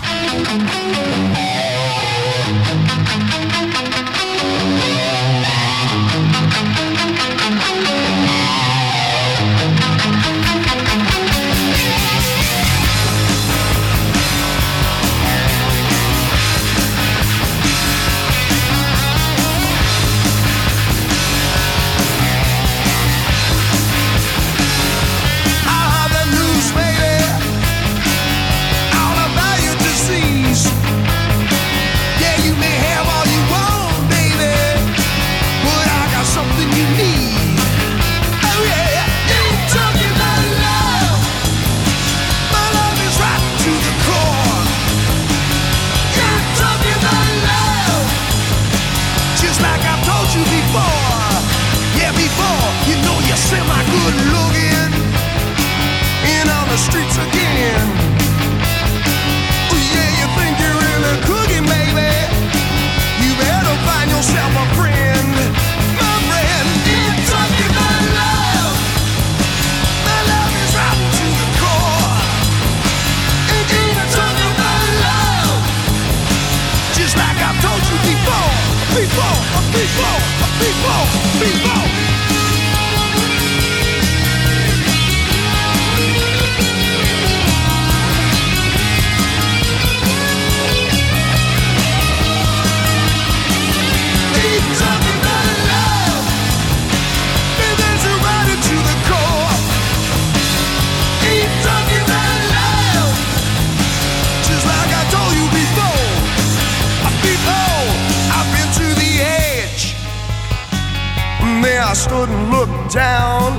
I stood and looked down.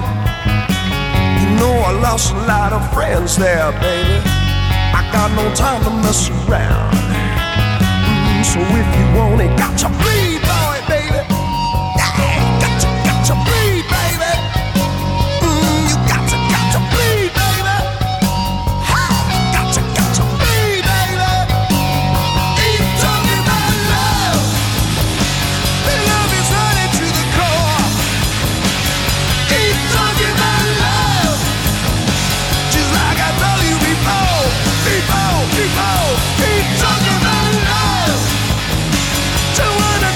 You know I lost a lot of friends there, baby. I got no time to mess around. So if you want it, got to bleed, boy, baby. Yeah, got to bleed, baby. You got to bleed, baby. Got to bleed, baby. Keep talking about love. The love is running to the core. Keep talking about love. Just like I told you before. Keep talking about love. To wanna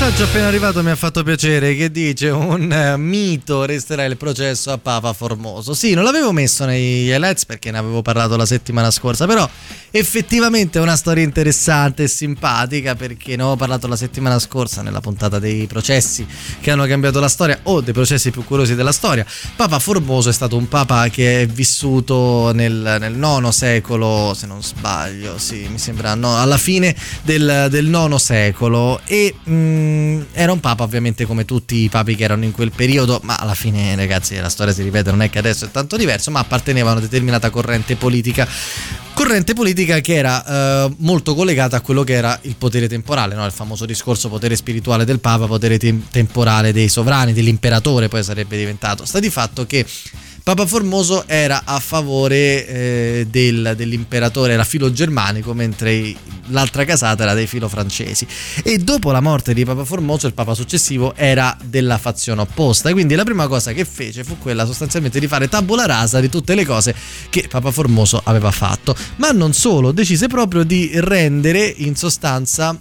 messaggio appena arrivato mi ha fatto piacere, che dice: un mito resterà il processo a Papa Formoso. Sì, non l'avevo messo nei highlights perché ne avevo parlato la settimana scorsa, però effettivamente è una storia interessante e simpatica, perché ne avevo parlato la settimana scorsa nella puntata dei processi che hanno cambiato la storia, o dei processi più curiosi della storia. Papa Formoso è stato un papa che è vissuto nel IX secolo, se non sbaglio, sì, mi sembra, no, alla fine del IX secolo, e era un papa ovviamente come tutti i papi che erano in quel periodo, ma alla fine, ragazzi, la storia si ripete, non è che adesso è tanto diverso, ma apparteneva a una determinata corrente politica che era molto collegata a quello che era il potere temporale, no? Il famoso discorso potere spirituale del papa, potere temporale dei sovrani, dell'imperatore poi sarebbe diventato. Sta di fatto che Papa Formoso era a favore dell'imperatore, era filo germanico, mentre l'altra casata era dei filo francesi, e dopo la morte di Papa Formoso il papa successivo era della fazione opposta, e quindi la prima cosa che fece fu quella sostanzialmente di fare tabula rasa di tutte le cose che Papa Formoso aveva fatto. Ma non solo, decise proprio di rendere in sostanza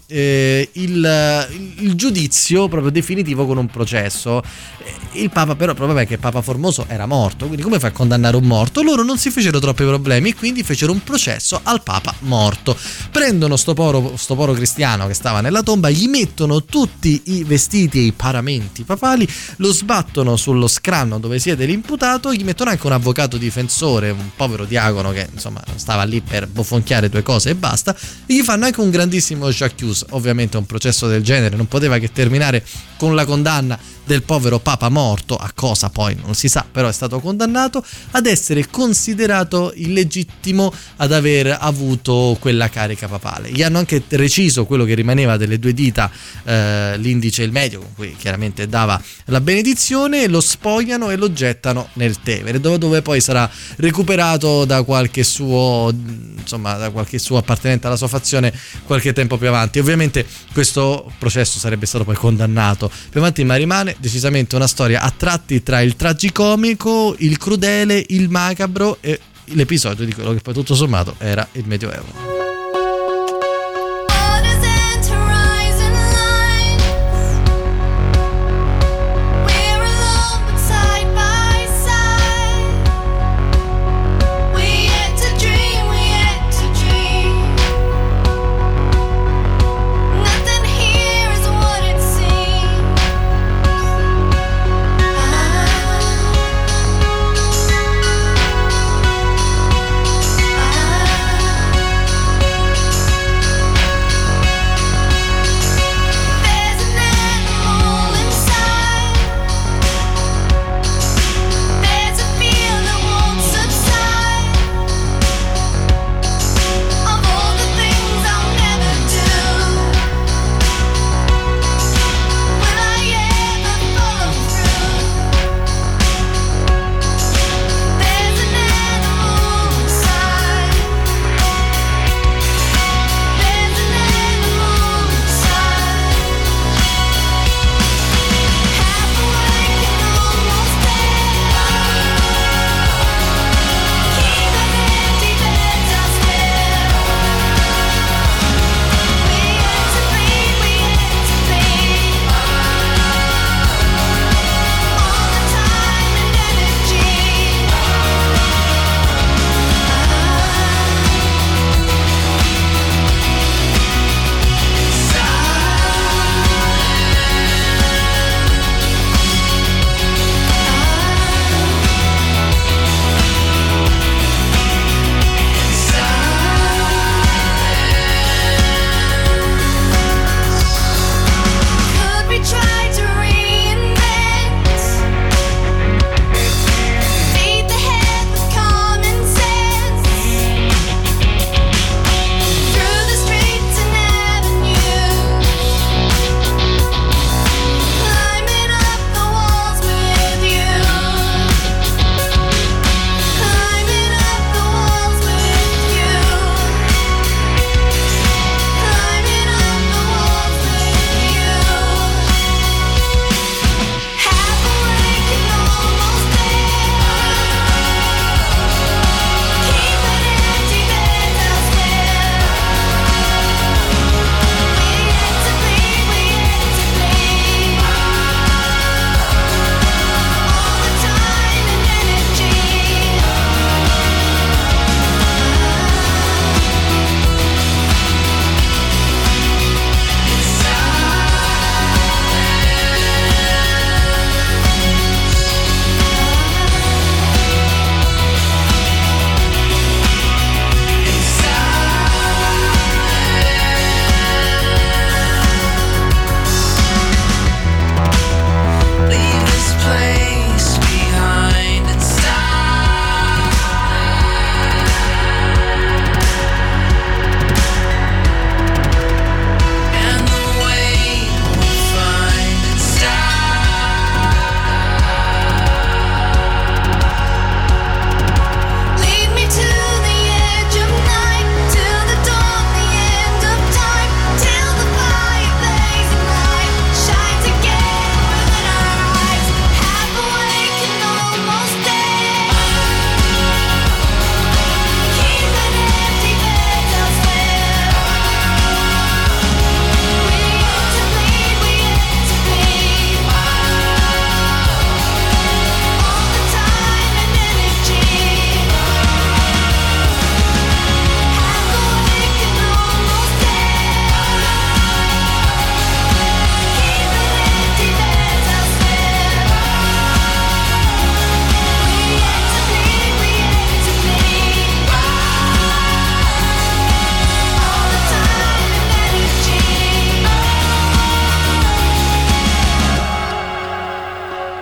il giudizio proprio definitivo con un processo. Il papa però, proprio perché Papa Formoso era morto, quindi come fa a condannare un morto? Loro non si fecero troppi problemi e quindi fecero un processo al papa morto. Prendono sto poro cristiano che stava nella tomba, gli mettono tutti i vestiti e i paramenti papali, lo sbattono sullo scranno dove siede l'imputato, gli mettono anche un avvocato difensore, un povero diacono che insomma stava lì per bofonchiare due cose e basta, e gli fanno anche un grandissimo j'accuse. Ovviamente un processo del genere non poteva che terminare con la condanna del povero papa morto, a cosa poi non si sa, però è stato condannato ad essere considerato illegittimo ad aver avuto quella carica papale. Gli hanno anche reciso quello che rimaneva delle due dita, l'indice e il medio, con cui chiaramente dava la benedizione, lo spogliano e lo gettano nel Tevere, dove poi sarà recuperato da qualche suo appartenente alla sua fazione qualche tempo più avanti. Ovviamente questo processo sarebbe stato poi condannato più avanti, ma rimane decisamente una storia a tratti tra il tragicomico, il crudele, il macabro e l'episodio di quello che poi tutto sommato era il Medioevo.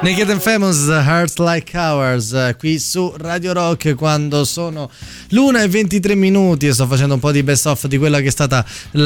Naked and Famous, Hearts Like Ours, qui su Radio Rock quando sono l'1:23 e sto facendo un po' di best of di quella che è stata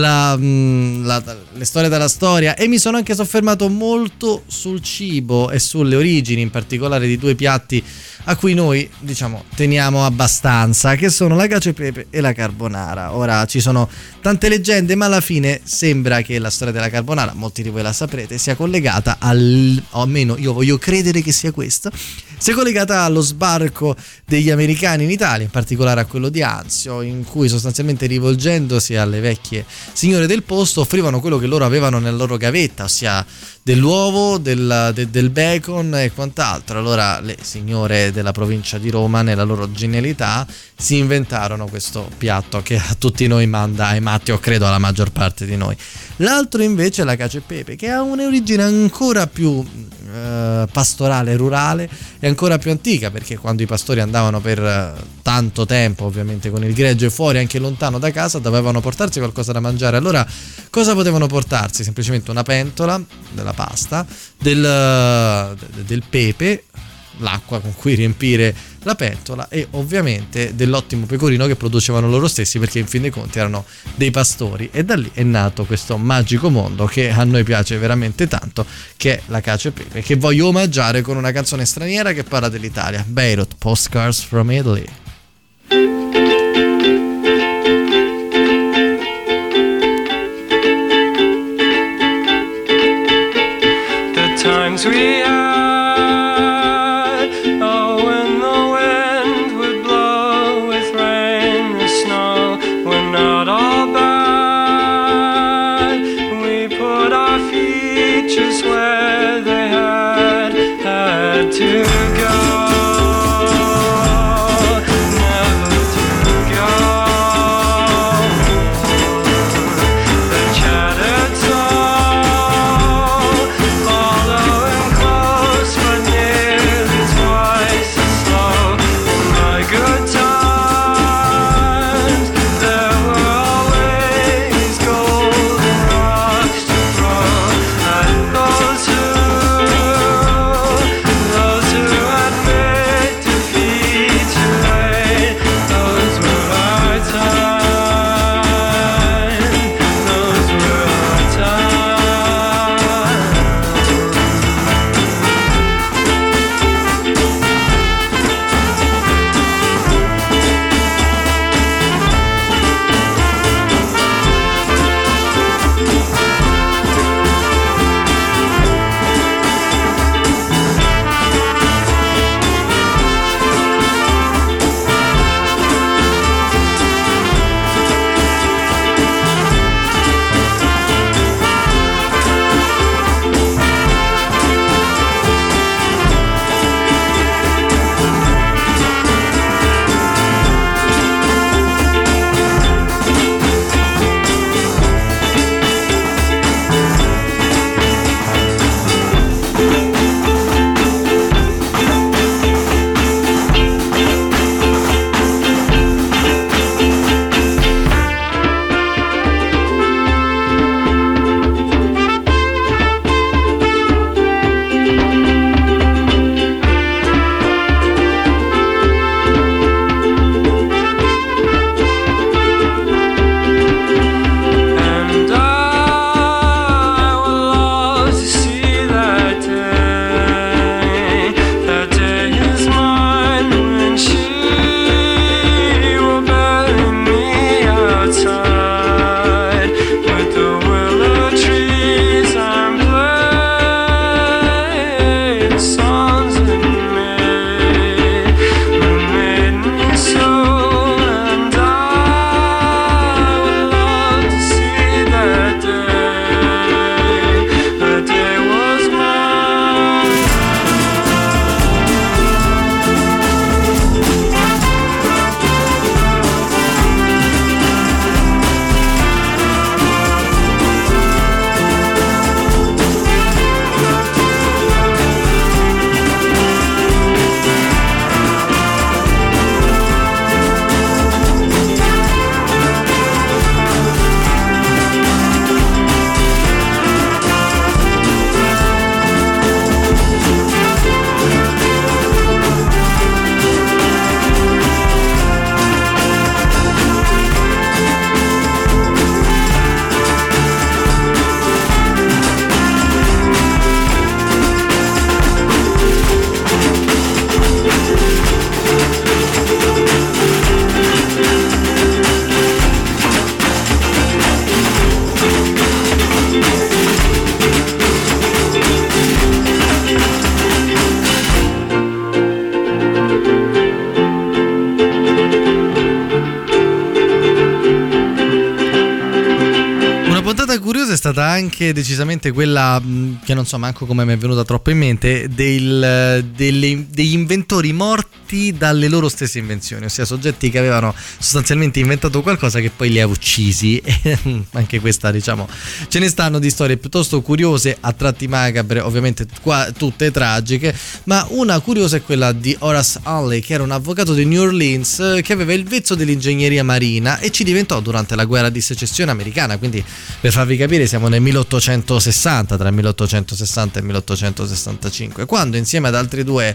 le storie della storia, e mi sono anche soffermato molto sul cibo e sulle origini, in particolare di due piatti a cui noi teniamo abbastanza, che sono la cacio e pepe e la carbonara. Ora ci sono tante leggende, ma alla fine sembra che la storia della carbonara, molti di voi la saprete, sia collegata o almeno io voglio credere che sia questo, sia collegata allo sbarco degli americani in Italia, in particolare a quello di Anzio, in cui sostanzialmente, rivolgendosi alle vecchie signore del posto, offrivano quello che loro avevano nella loro gavetta, ossia dell'uovo, del bacon e quant'altro. Allora le signore della provincia di Roma, nella loro genialità, si inventarono questo piatto che a tutti noi manda ai matti, o credo alla maggior parte di noi. L'altro invece è la cacio e pepe, che ha un'origine ancora più pastorale, rurale, e ancora più antica, perché quando i pastori andavano per tanto tempo, ovviamente con il gregge fuori, anche lontano da casa, dovevano portarsi qualcosa da mangiare. Allora cosa potevano portarsi? Semplicemente una pentola della pasta, del pepe, l'acqua con cui riempire la pentola, e ovviamente dell'ottimo pecorino che producevano loro stessi, perché in fin dei conti erano dei pastori. E da lì è nato questo magico mondo che a noi piace veramente tanto, che è la cacio e pepe, che voglio omaggiare con una canzone straniera che parla dell'Italia, Beirut, Postcards from Italy. The times we had, oh, when the wind would blow with rain and snow, were not all bad. We put our feet just where they had to go. è stata anche decisamente quella che non so manco come mi è venuta troppo in mente, degli inventori morti dalle loro stesse invenzioni, ossia soggetti che avevano sostanzialmente inventato qualcosa che poi li ha uccisi. Anche questa, diciamo, ce ne stanno di storie piuttosto curiose, a tratti macabre, ovviamente qua tutte tragiche, ma una curiosa è quella di Horace Hunley, che era un avvocato di New Orleans che aveva il vezzo dell'ingegneria marina e ci diventò durante la guerra di secessione americana, quindi per farvi capire siamo nel 1860, tra il 1860 e il 1865, quando insieme ad altri due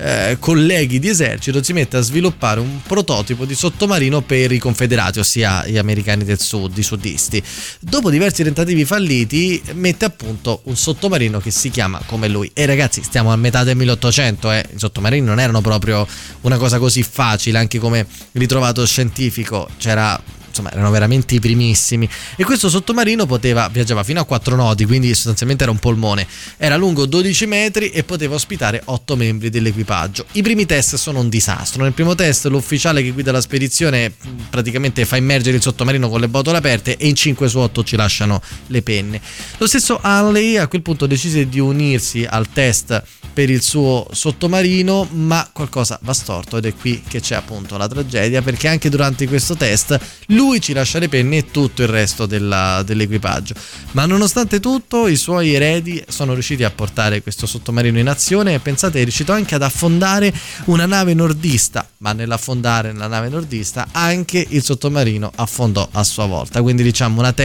colleghi di esercito si mette a sviluppare un prototipo di sottomarino per i confederati, ossia gli americani del sud, i sudisti. Dopo diversi tentativi falliti mette a punto un sottomarino che si chiama come lui, e ragazzi stiamo a metà del 1800, i sottomarini non erano proprio una cosa così facile, anche come ritrovato scientifico insomma erano veramente i primissimi, e questo sottomarino viaggiava fino a 4 nodi, quindi sostanzialmente era un polmone, era lungo 12 metri e poteva ospitare 8 membri dell'equipaggio. I primi test sono un disastro. Nel primo test l'ufficiale che guida la spedizione praticamente fa immergere il sottomarino con le botole aperte e in 5 su 8 ci lasciano le penne. Lo stesso Hunley a quel punto decise di unirsi al test per il suo sottomarino, ma qualcosa va storto ed è qui che c'è appunto la tragedia, perché anche durante questo test lui ci lascia le penne e tutto il resto dell'equipaggio. Ma nonostante tutto i suoi eredi sono riusciti a portare questo sottomarino in azione, e pensate, è riuscito anche ad affondare una nave nordista, ma nell'affondare la nave nordista anche il sottomarino affondò a sua volta, quindi diciamo una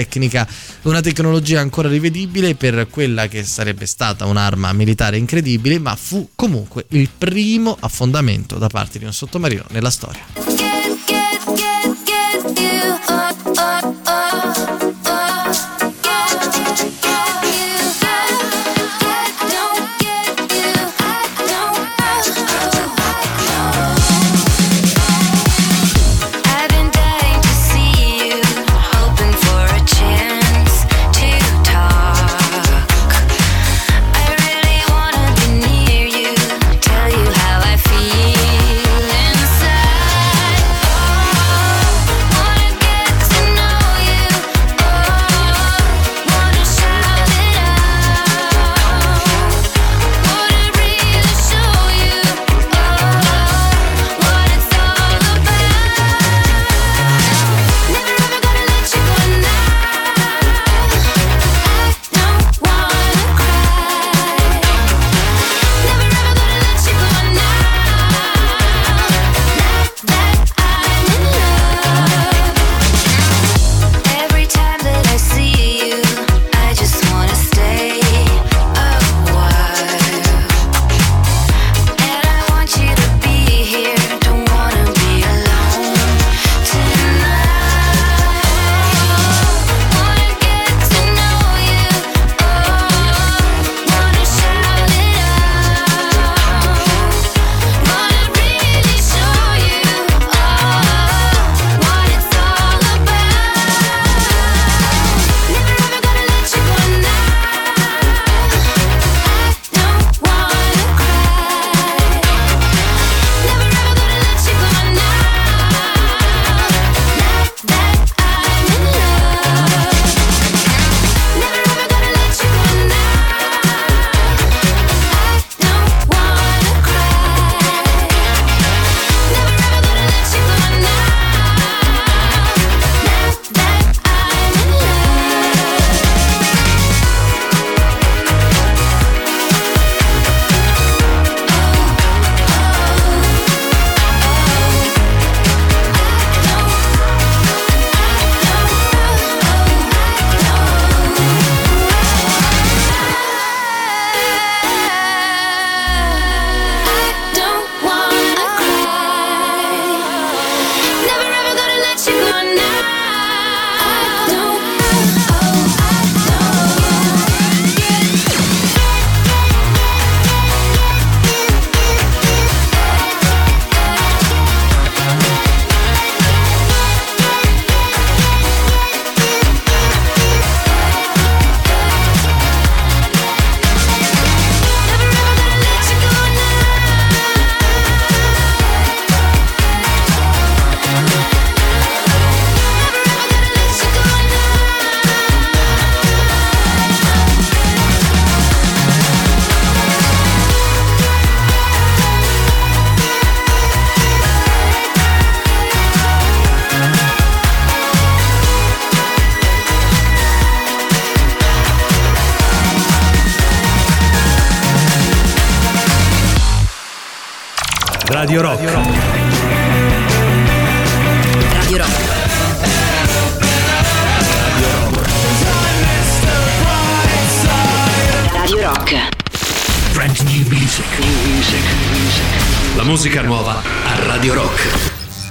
tecnologia ancora rivedibile per quella che sarebbe stata un'arma militare incredibile, ma fu comunque il primo affondamento da parte di un sottomarino nella storia. Feel inside. Oh, wanna get Radio Rock. Radio Rock. Radio Rock. Brand new music. La musica nuova a Radio Rock.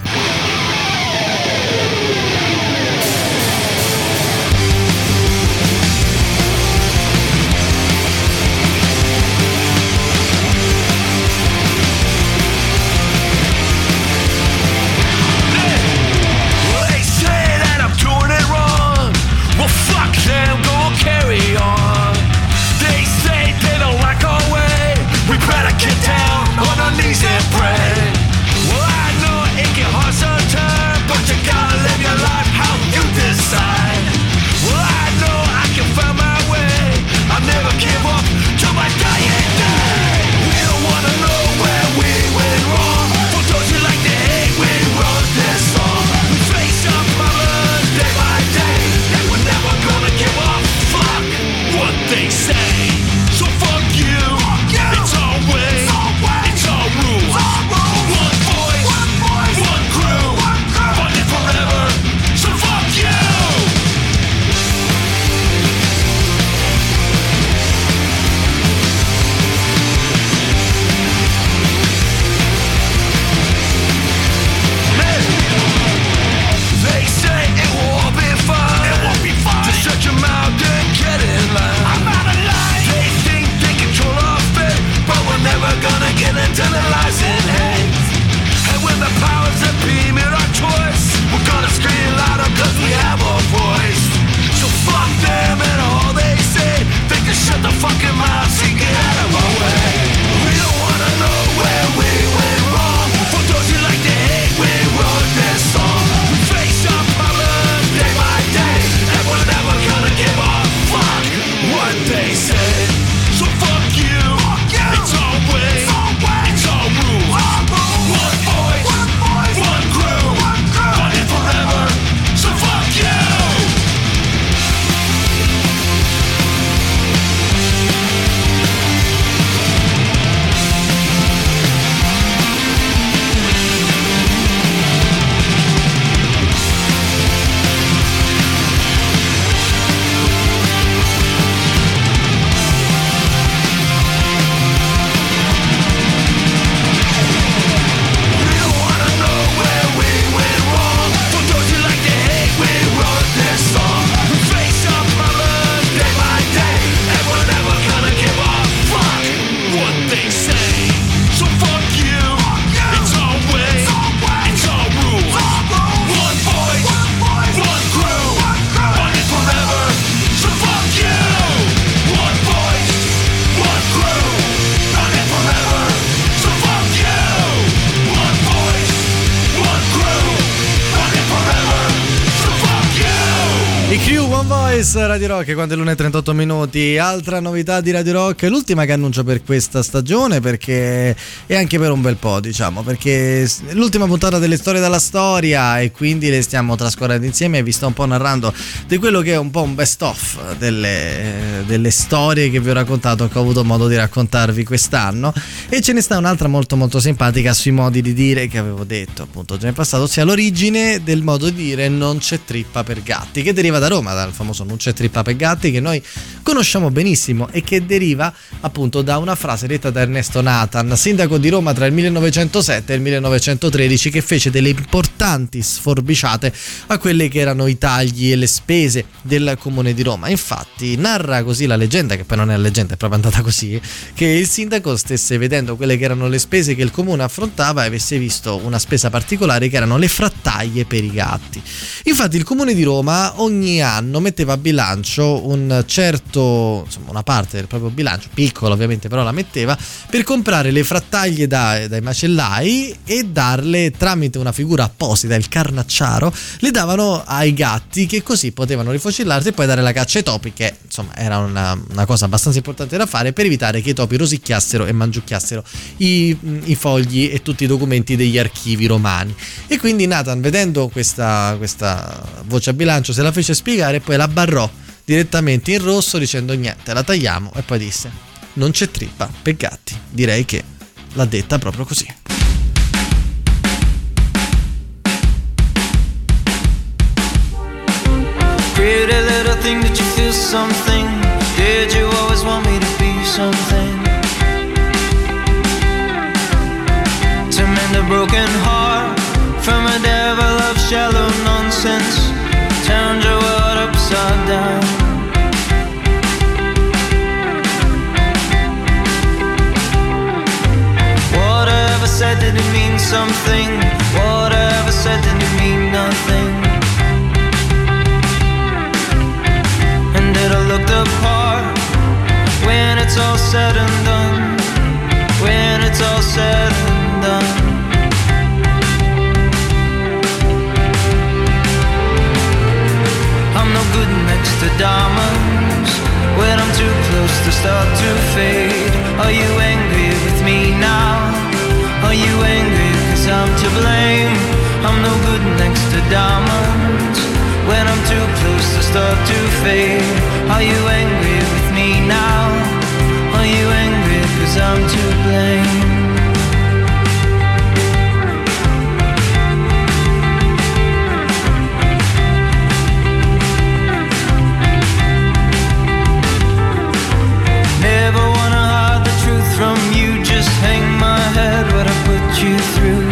Radio Rock, quando è l'1:38. Altra novità di Radio Rock, l'ultima che annuncio per questa stagione, perché è anche per un bel po', diciamo, perché è l'ultima puntata delle storie dalla storia e quindi le stiamo trascorrendo insieme e vi sto un po' narrando di quello che è un po' un best of delle storie che vi ho raccontato, che ho avuto modo di raccontarvi quest'anno, e ce ne sta un'altra molto molto simpatica sui modi di dire che avevo detto appunto già in passato, ossia l'origine del modo di dire non c'è trippa per gatti, che deriva da Roma, dal famoso non c'è trippa per gatti, che noi conosciamo benissimo e che deriva appunto da una frase detta da Ernesto Nathan, sindaco di Roma tra il 1907 e il 1913, che fece delle importanti sforbiciate a quelli che erano i tagli e le spese del comune di Roma. Infatti narra così la leggenda, che poi non è leggenda, è proprio andata così, che il sindaco stesse vedendo quelle che erano le spese che il comune affrontava e avesse visto una spesa particolare che erano le frattaglie per i gatti. Infatti il comune di Roma ogni anno metteva a bilancio un certo, insomma, una parte del proprio bilancio, piccola ovviamente, però la metteva per comprare le frattaglie dai macellai e darle tramite una figura apposita, il carnacciaro, le davano ai gatti, che così potevano rifocillarsi e poi dare la caccia ai topi, che insomma era una cosa abbastanza importante da fare per evitare che i topi rosicchiassero e mangiucchiassero i fogli e tutti i documenti degli archivi romani. E quindi Nathan, vedendo questa voce a bilancio, se la fece spiegare e poi la barrò direttamente in rosso dicendo niente, la tagliamo, e poi disse non c'è trippa per gatti. Direi che l'ha detta proprio così. think that you feel something? Did you always want me to be something? To mend a broken heart from a devil of shallow nonsense, turned your world upside down. Whatever said, did it mean something? Whatever said, did it mean nothing? And did I look the part when it's all said and done? When it's all said and done. I'm no good next to diamonds when I'm too close to start to fade. Are you angry with me now? Are you angry cause I'm to blame? I'm no good next to diamonds when I'm too close to start to fade. Are you angry with me now? Are you angry cause I'm to blame? Never wanna hide the truth from you, just hang my head what I put you through.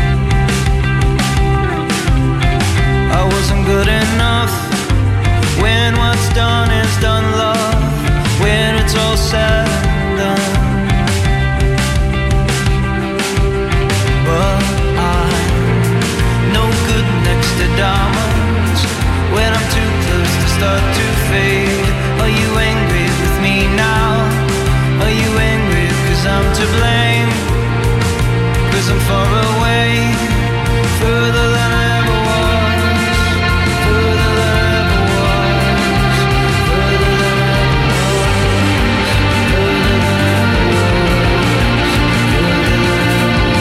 I wasn't good enough when what's done is done, love. When it's all said and done. But I'm no good next to diamonds when I'm too close to start to fade. Are you angry with me now? Are you angry cause I'm to blame? Cause I'm far away, further than I ever was, further than I ever was, further than I ever was, further than I ever was, further than I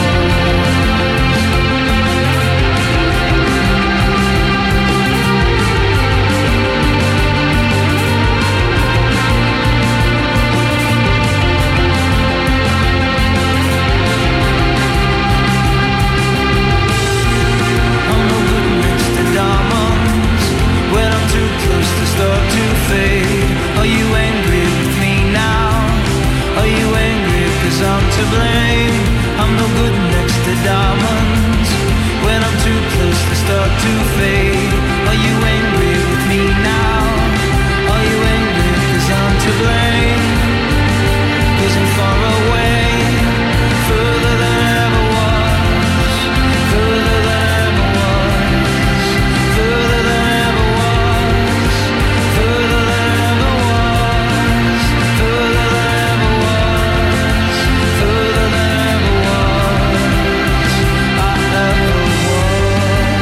start to fade. Are you angry with me now? Are you angry cause I'm to blame? I'm no good next to diamonds when I'm too close to start to fade. Are you angry with me now? Are you angry cause I'm to blame? Cause I'm far away, further than I ever was, further than I ever was, further than I ever was, further than I ever was, further than I ever was, further than I ever was, I ever was.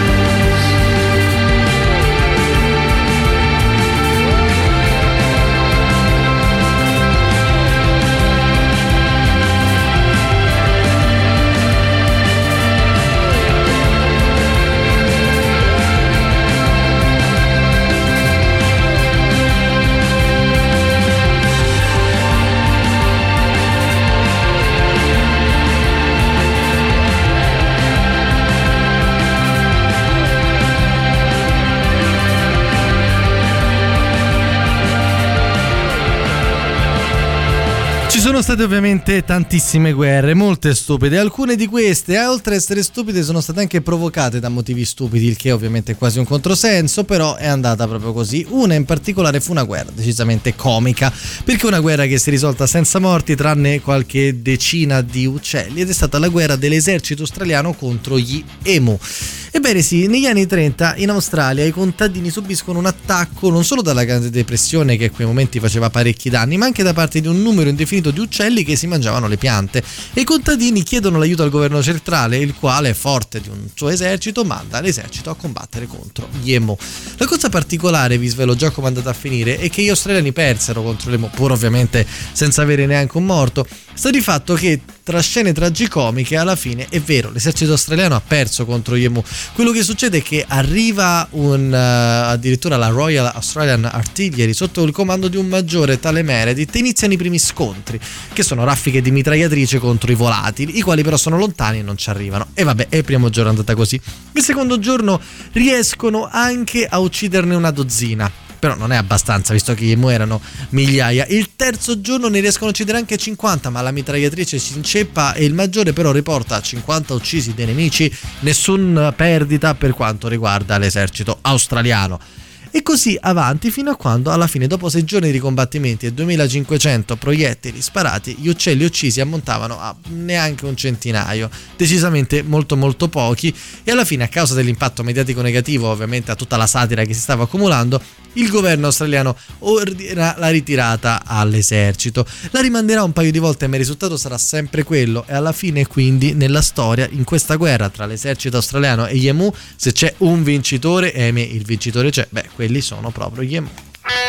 Ci sono state ovviamente tantissime guerre, molte stupide. Alcune di queste, oltre ad essere stupide, sono state anche provocate da motivi stupidi, il che ovviamente è quasi un controsenso, però è andata proprio così. Una in particolare fu una guerra decisamente comica, perché una guerra che si è risolta senza morti tranne qualche decina di uccelli, ed è stata la guerra dell'esercito australiano contro gli emu. Ebbene sì, negli anni 30 in Australia i contadini subiscono un attacco non solo dalla Grande Depressione, che a quei momenti faceva parecchi danni, ma anche da parte di un numero indefinito di uccelli che si mangiavano le piante, e i contadini chiedono l'aiuto al governo centrale, il quale, forte di un suo esercito, manda l'esercito a combattere contro gli emu. La cosa particolare, vi svelo già come è andata a finire, è che gli australiani persero contro l'emu, pur ovviamente senza avere neanche un morto. Sta di fatto che tra scene tragicomiche, alla fine è vero, l'esercito australiano ha perso contro gli emu. Quello che succede è che arriva addirittura la Royal Australian Artillery sotto il comando di un maggiore tale Meredith, e iniziano i primi scontri, che sono raffiche di mitragliatrice contro i volatili, i quali però sono lontani e non ci arrivano. E vabbè, è il primo giorno è andata così. Il secondo giorno riescono anche a ucciderne una dozzina. però non è abbastanza visto che erano migliaia. Il terzo giorno ne riescono a uccidere anche 50, ma la mitragliatrice si inceppa e il maggiore però riporta 50 uccisi dei nemici, nessun perdita per quanto riguarda l'esercito australiano. E così avanti fino a quando alla fine, dopo 6 giorni di combattimenti e 2500 proiettili sparati, gli uccelli uccisi ammontavano a neanche un centinaio, decisamente molto molto pochi, e alla fine, a causa dell'impatto mediatico negativo, ovviamente a tutta la satira che si stava accumulando, il governo australiano ordina la ritirata all'esercito. La rimanderà un paio di volte ma il risultato sarà sempre quello, e alla fine quindi nella storia, in questa guerra tra l'esercito australiano e gli emu, se c'è un vincitore, il vincitore c'è, quelli sono proprio gli emu.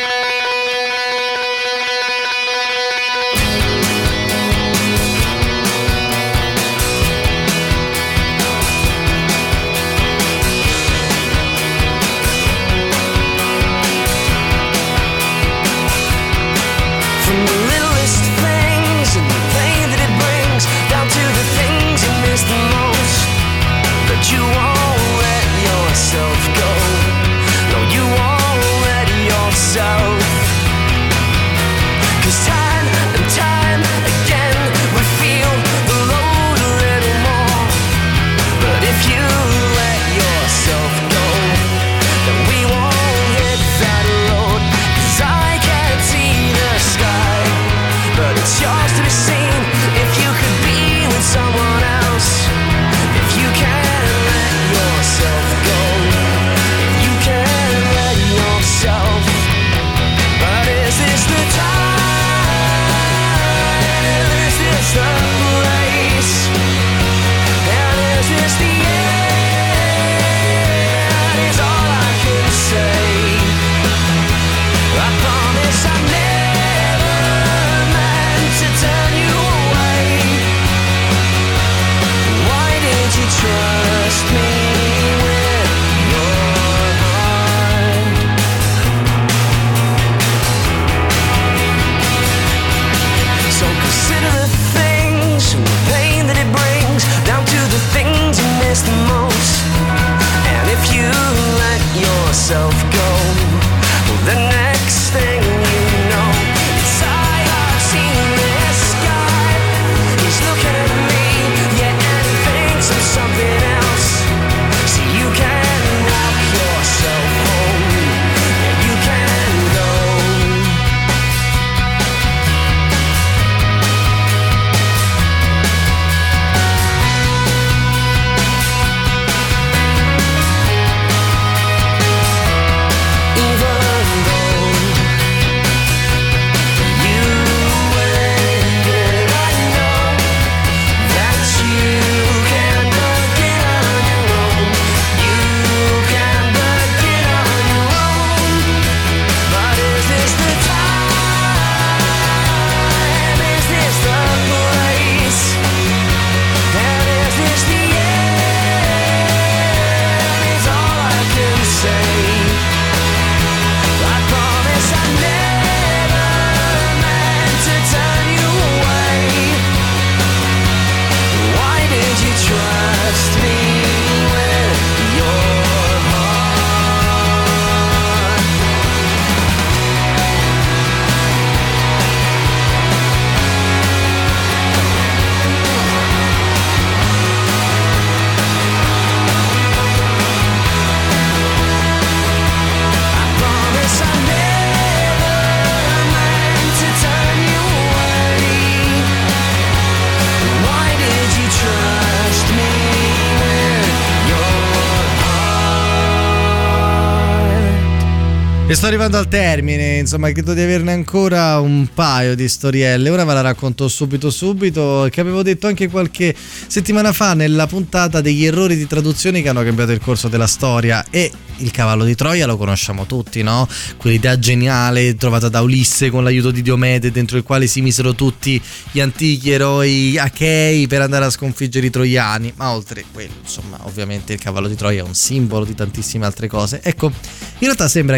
E sto arrivando al termine, insomma, credo di averne ancora un paio di storielle. Ora ve la racconto subito, che avevo detto anche qualche settimana fa nella puntata degli errori di traduzione che hanno cambiato il corso della storia. E il cavallo di Troia lo conosciamo tutti, no? Quell'idea geniale trovata da Ulisse con l'aiuto di Diomede, dentro il quale si misero tutti gli antichi eroi achei per andare a sconfiggere i troiani. Ma oltre quello, insomma, ovviamente il cavallo di Troia è un simbolo di tantissime altre cose. Ecco, in realtà sembra che il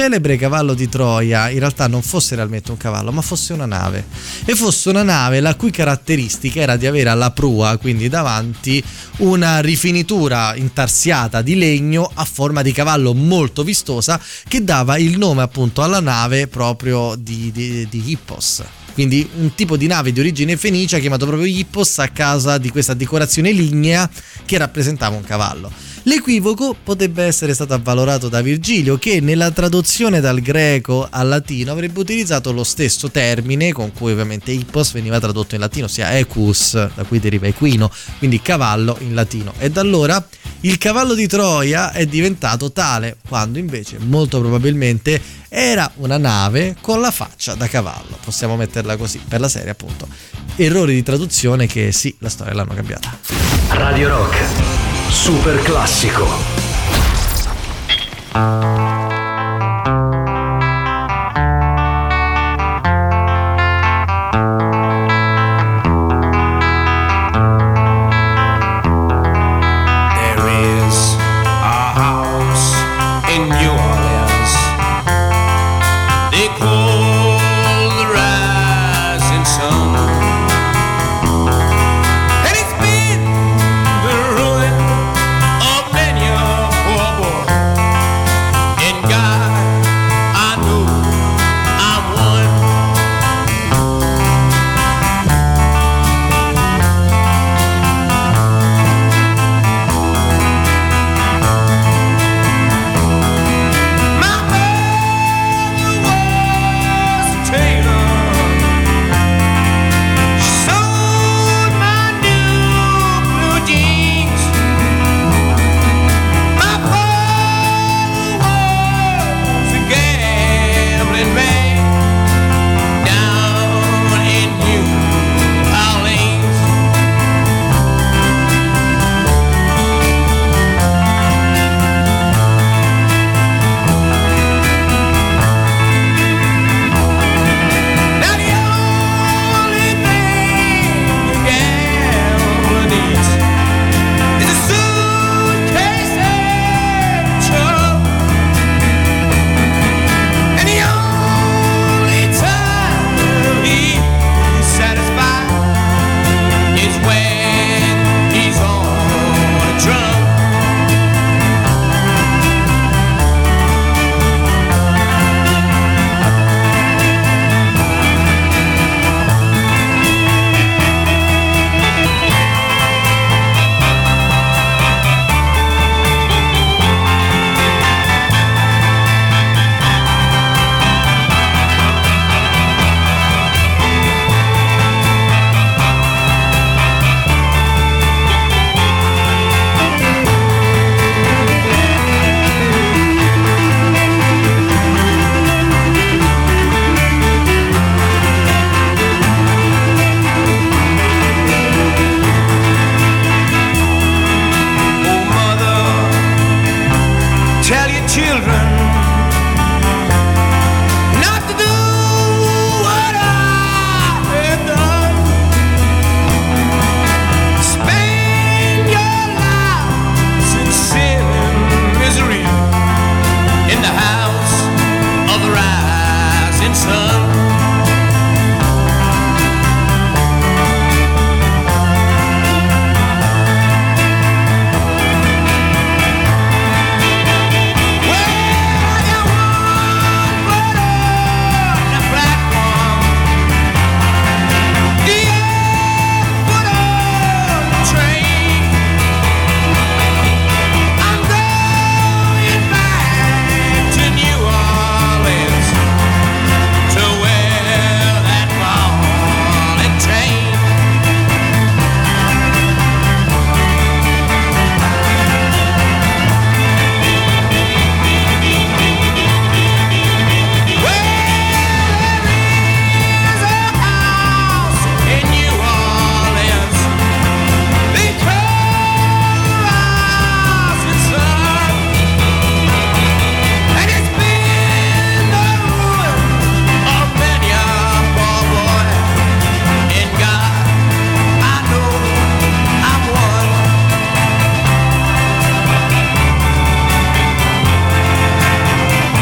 celebre cavallo di Troia in realtà non fosse realmente un cavallo, ma fosse una nave. E fosse una nave la cui caratteristica era di avere alla prua, quindi davanti, una rifinitura intarsiata di legno a forma di cavallo molto vistosa, che dava il nome appunto alla nave proprio di Hippos. Quindi un tipo di nave di origine fenicia chiamato proprio Hippos a causa di questa decorazione lignea che rappresentava un cavallo. L'equivoco potrebbe essere stato avvalorato da Virgilio, che nella traduzione dal greco al latino avrebbe utilizzato lo stesso termine con cui ovviamente Hippos veniva tradotto in latino, ossia equus, da cui deriva equino, quindi cavallo in latino. E da allora il cavallo di Troia è diventato tale, quando invece molto probabilmente era una nave con la faccia da cavallo. Possiamo metterla così per la serie, appunto. Errori di traduzione che sì, la storia l'hanno cambiata. Radio Rock, super classico.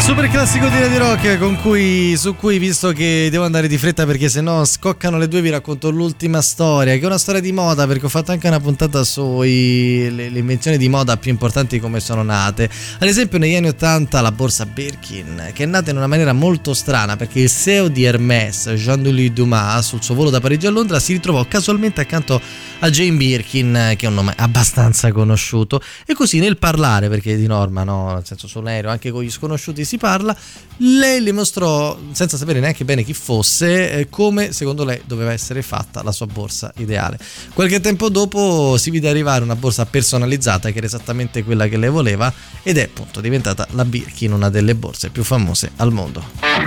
Super classico di Radio Rock su cui, visto che devo andare di fretta perché sennò scoccano le due, vi racconto l'ultima storia, che è una storia di moda, perché ho fatto anche una puntata sulle invenzioni di moda più importanti, come sono nate. Ad esempio negli anni 80 la borsa Birkin, che è nata in una maniera molto strana, perché il CEO di Hermès, Jean-Louis Dumas, sul suo volo da Parigi a Londra si ritrovò casualmente accanto a Jane Birkin, che è un nome abbastanza conosciuto, e così nel parlare, perché di norma, no, nel senso sull'aereo anche con gli sconosciuti si parla, lei le mostrò, senza sapere neanche bene chi fosse, come secondo lei doveva essere fatta la sua borsa ideale. Qualche tempo dopo si vide arrivare una borsa personalizzata che era esattamente quella che lei voleva, ed è appunto diventata la Birkin, una delle borse più famose al mondo.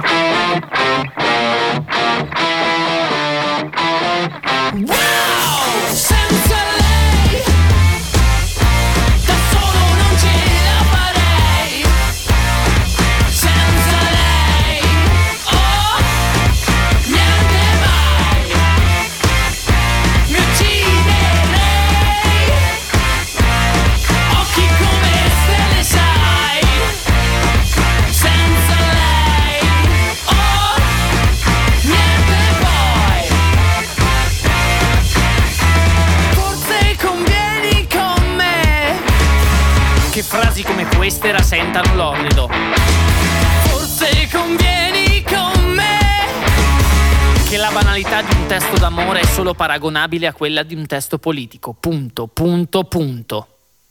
Senza lei da solo non ce la farei. Senza lei, oh, niente mai. Mi ucciderei. Occhi come stelle, sai. Senza lei, oh, niente poi. Forse convieni con me. Che frasi come queste rasentano l'orrido. Forse convieni con me. Che la banalità di un testo d'amore è solo paragonabile a quella di un testo politico. Punto, punto, punto.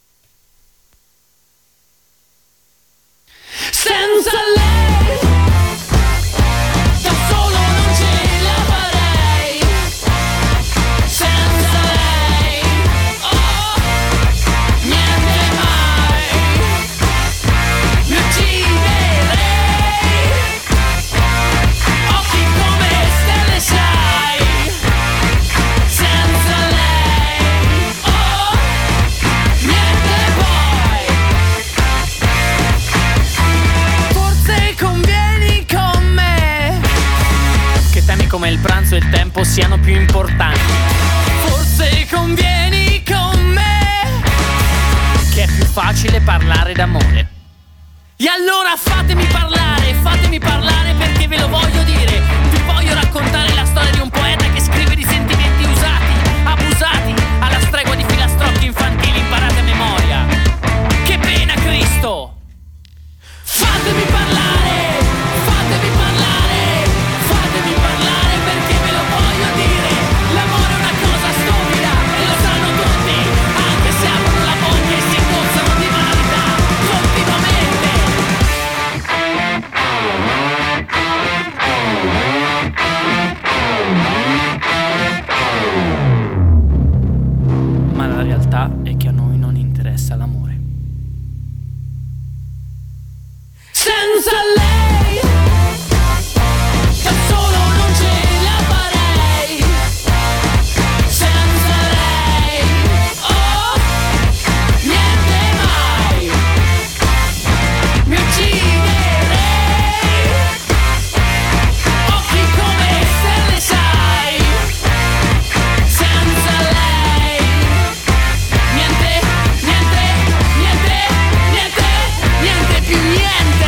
Senza lei da solo non ce la farei. Senza lei, oh, niente mai. Mi ucciderei. Occhi come stelle, sai. Senza lei, oh, niente poi. Forse convieni con me. Che temi come il pranzo e il tempo siano più importanti. Forse convieni con me. Che è più facile parlare d'amore. E allora fatemi parlare perché ve lo voglio dire. Vi voglio raccontare la storia di un poeta che scrive di sentimenti usati, abusati, alla stregua di filastrocchi infantili imparati a memoria. Che pena, Cristo! Fatemi parlare perché ve lo voglio dire. L'amore è una cosa stupida e lo sanno tutti, anche se aprono la bocca e si ingozzano di banalità continuamente. Ma la realtà è che a noi non interessa l'amore. Senza lei da solo non ce la farei. Senza lei, oh, niente mai. Mi ucciderei. Occhi come stelle, sai. Senza lei, niente, niente, niente, niente, niente più niente.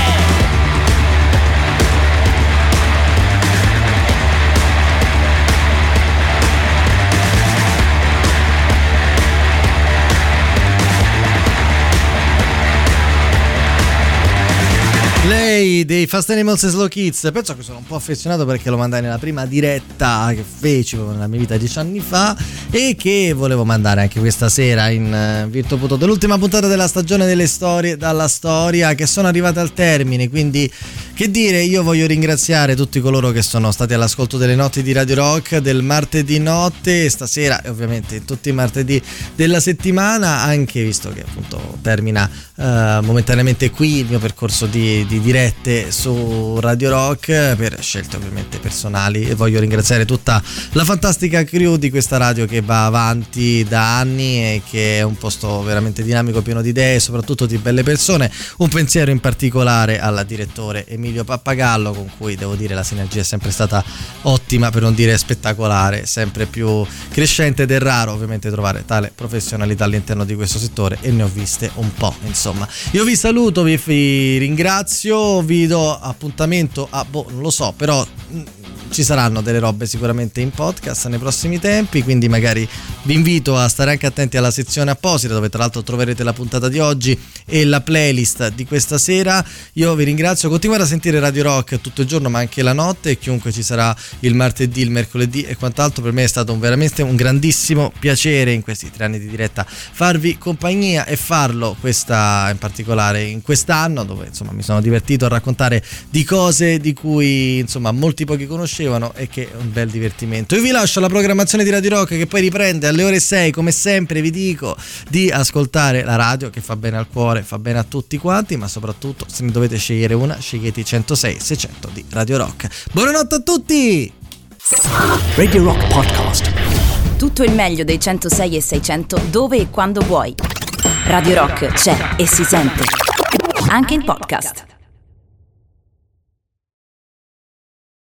Lei dei Fast Animals e Slow Kids, penso che sono un po' affezionato perché lo mandai nella prima diretta che feci nella mia vita 10 anni fa, e che volevo mandare anche questa sera in virtù appunto dell'ultima puntata della stagione delle storie dalla storia, che sono arrivate al termine. Quindi che dire, io voglio ringraziare tutti coloro che sono stati all'ascolto delle notti di Radio Rock del martedì notte, stasera e ovviamente tutti i martedì della settimana, anche visto che appunto termina momentaneamente qui il mio percorso di dirette su Radio Rock per scelte ovviamente personali, e voglio ringraziare tutta la fantastica crew di questa radio che va avanti da anni e che è un posto veramente dinamico, pieno di idee e soprattutto di belle persone. Un pensiero in particolare al direttore Emilio Pappagallo, con cui devo dire la sinergia è sempre stata ottima, per non dire spettacolare, sempre più crescente, ed è raro ovviamente trovare tale professionalità all'interno di questo settore, e ne ho viste un po', insomma. Io vi saluto, vi ringrazio, io vi do appuntamento a non lo so, però ci saranno delle robe sicuramente in podcast nei prossimi tempi, quindi magari vi invito a stare anche attenti alla sezione apposita, dove tra l'altro troverete la puntata di oggi e la playlist di questa sera. Io vi ringrazio, continuate a sentire Radio Rock tutto il giorno ma anche la notte, e chiunque ci sarà il martedì, il mercoledì e quant'altro. Per me è stato veramente un grandissimo piacere in questi 3 anni di diretta farvi compagnia, e farlo in particolare in quest'anno, dove insomma mi sono divertito a raccontare di cose di cui insomma molti pochi conoscevano, e che è un bel divertimento. Io vi lascio la programmazione di Radio Rock, che poi riprende alle ore 6. Come sempre vi dico di ascoltare la radio, che fa bene al cuore, fa bene a tutti quanti, ma soprattutto se ne dovete scegliere una, scegliete i 106-600 di Radio Rock. Buonanotte a tutti! Radio Rock Podcast. Tutto il meglio dei 106 e 600 dove e quando vuoi. Radio Rock c'è e si sente. Anche in podcast.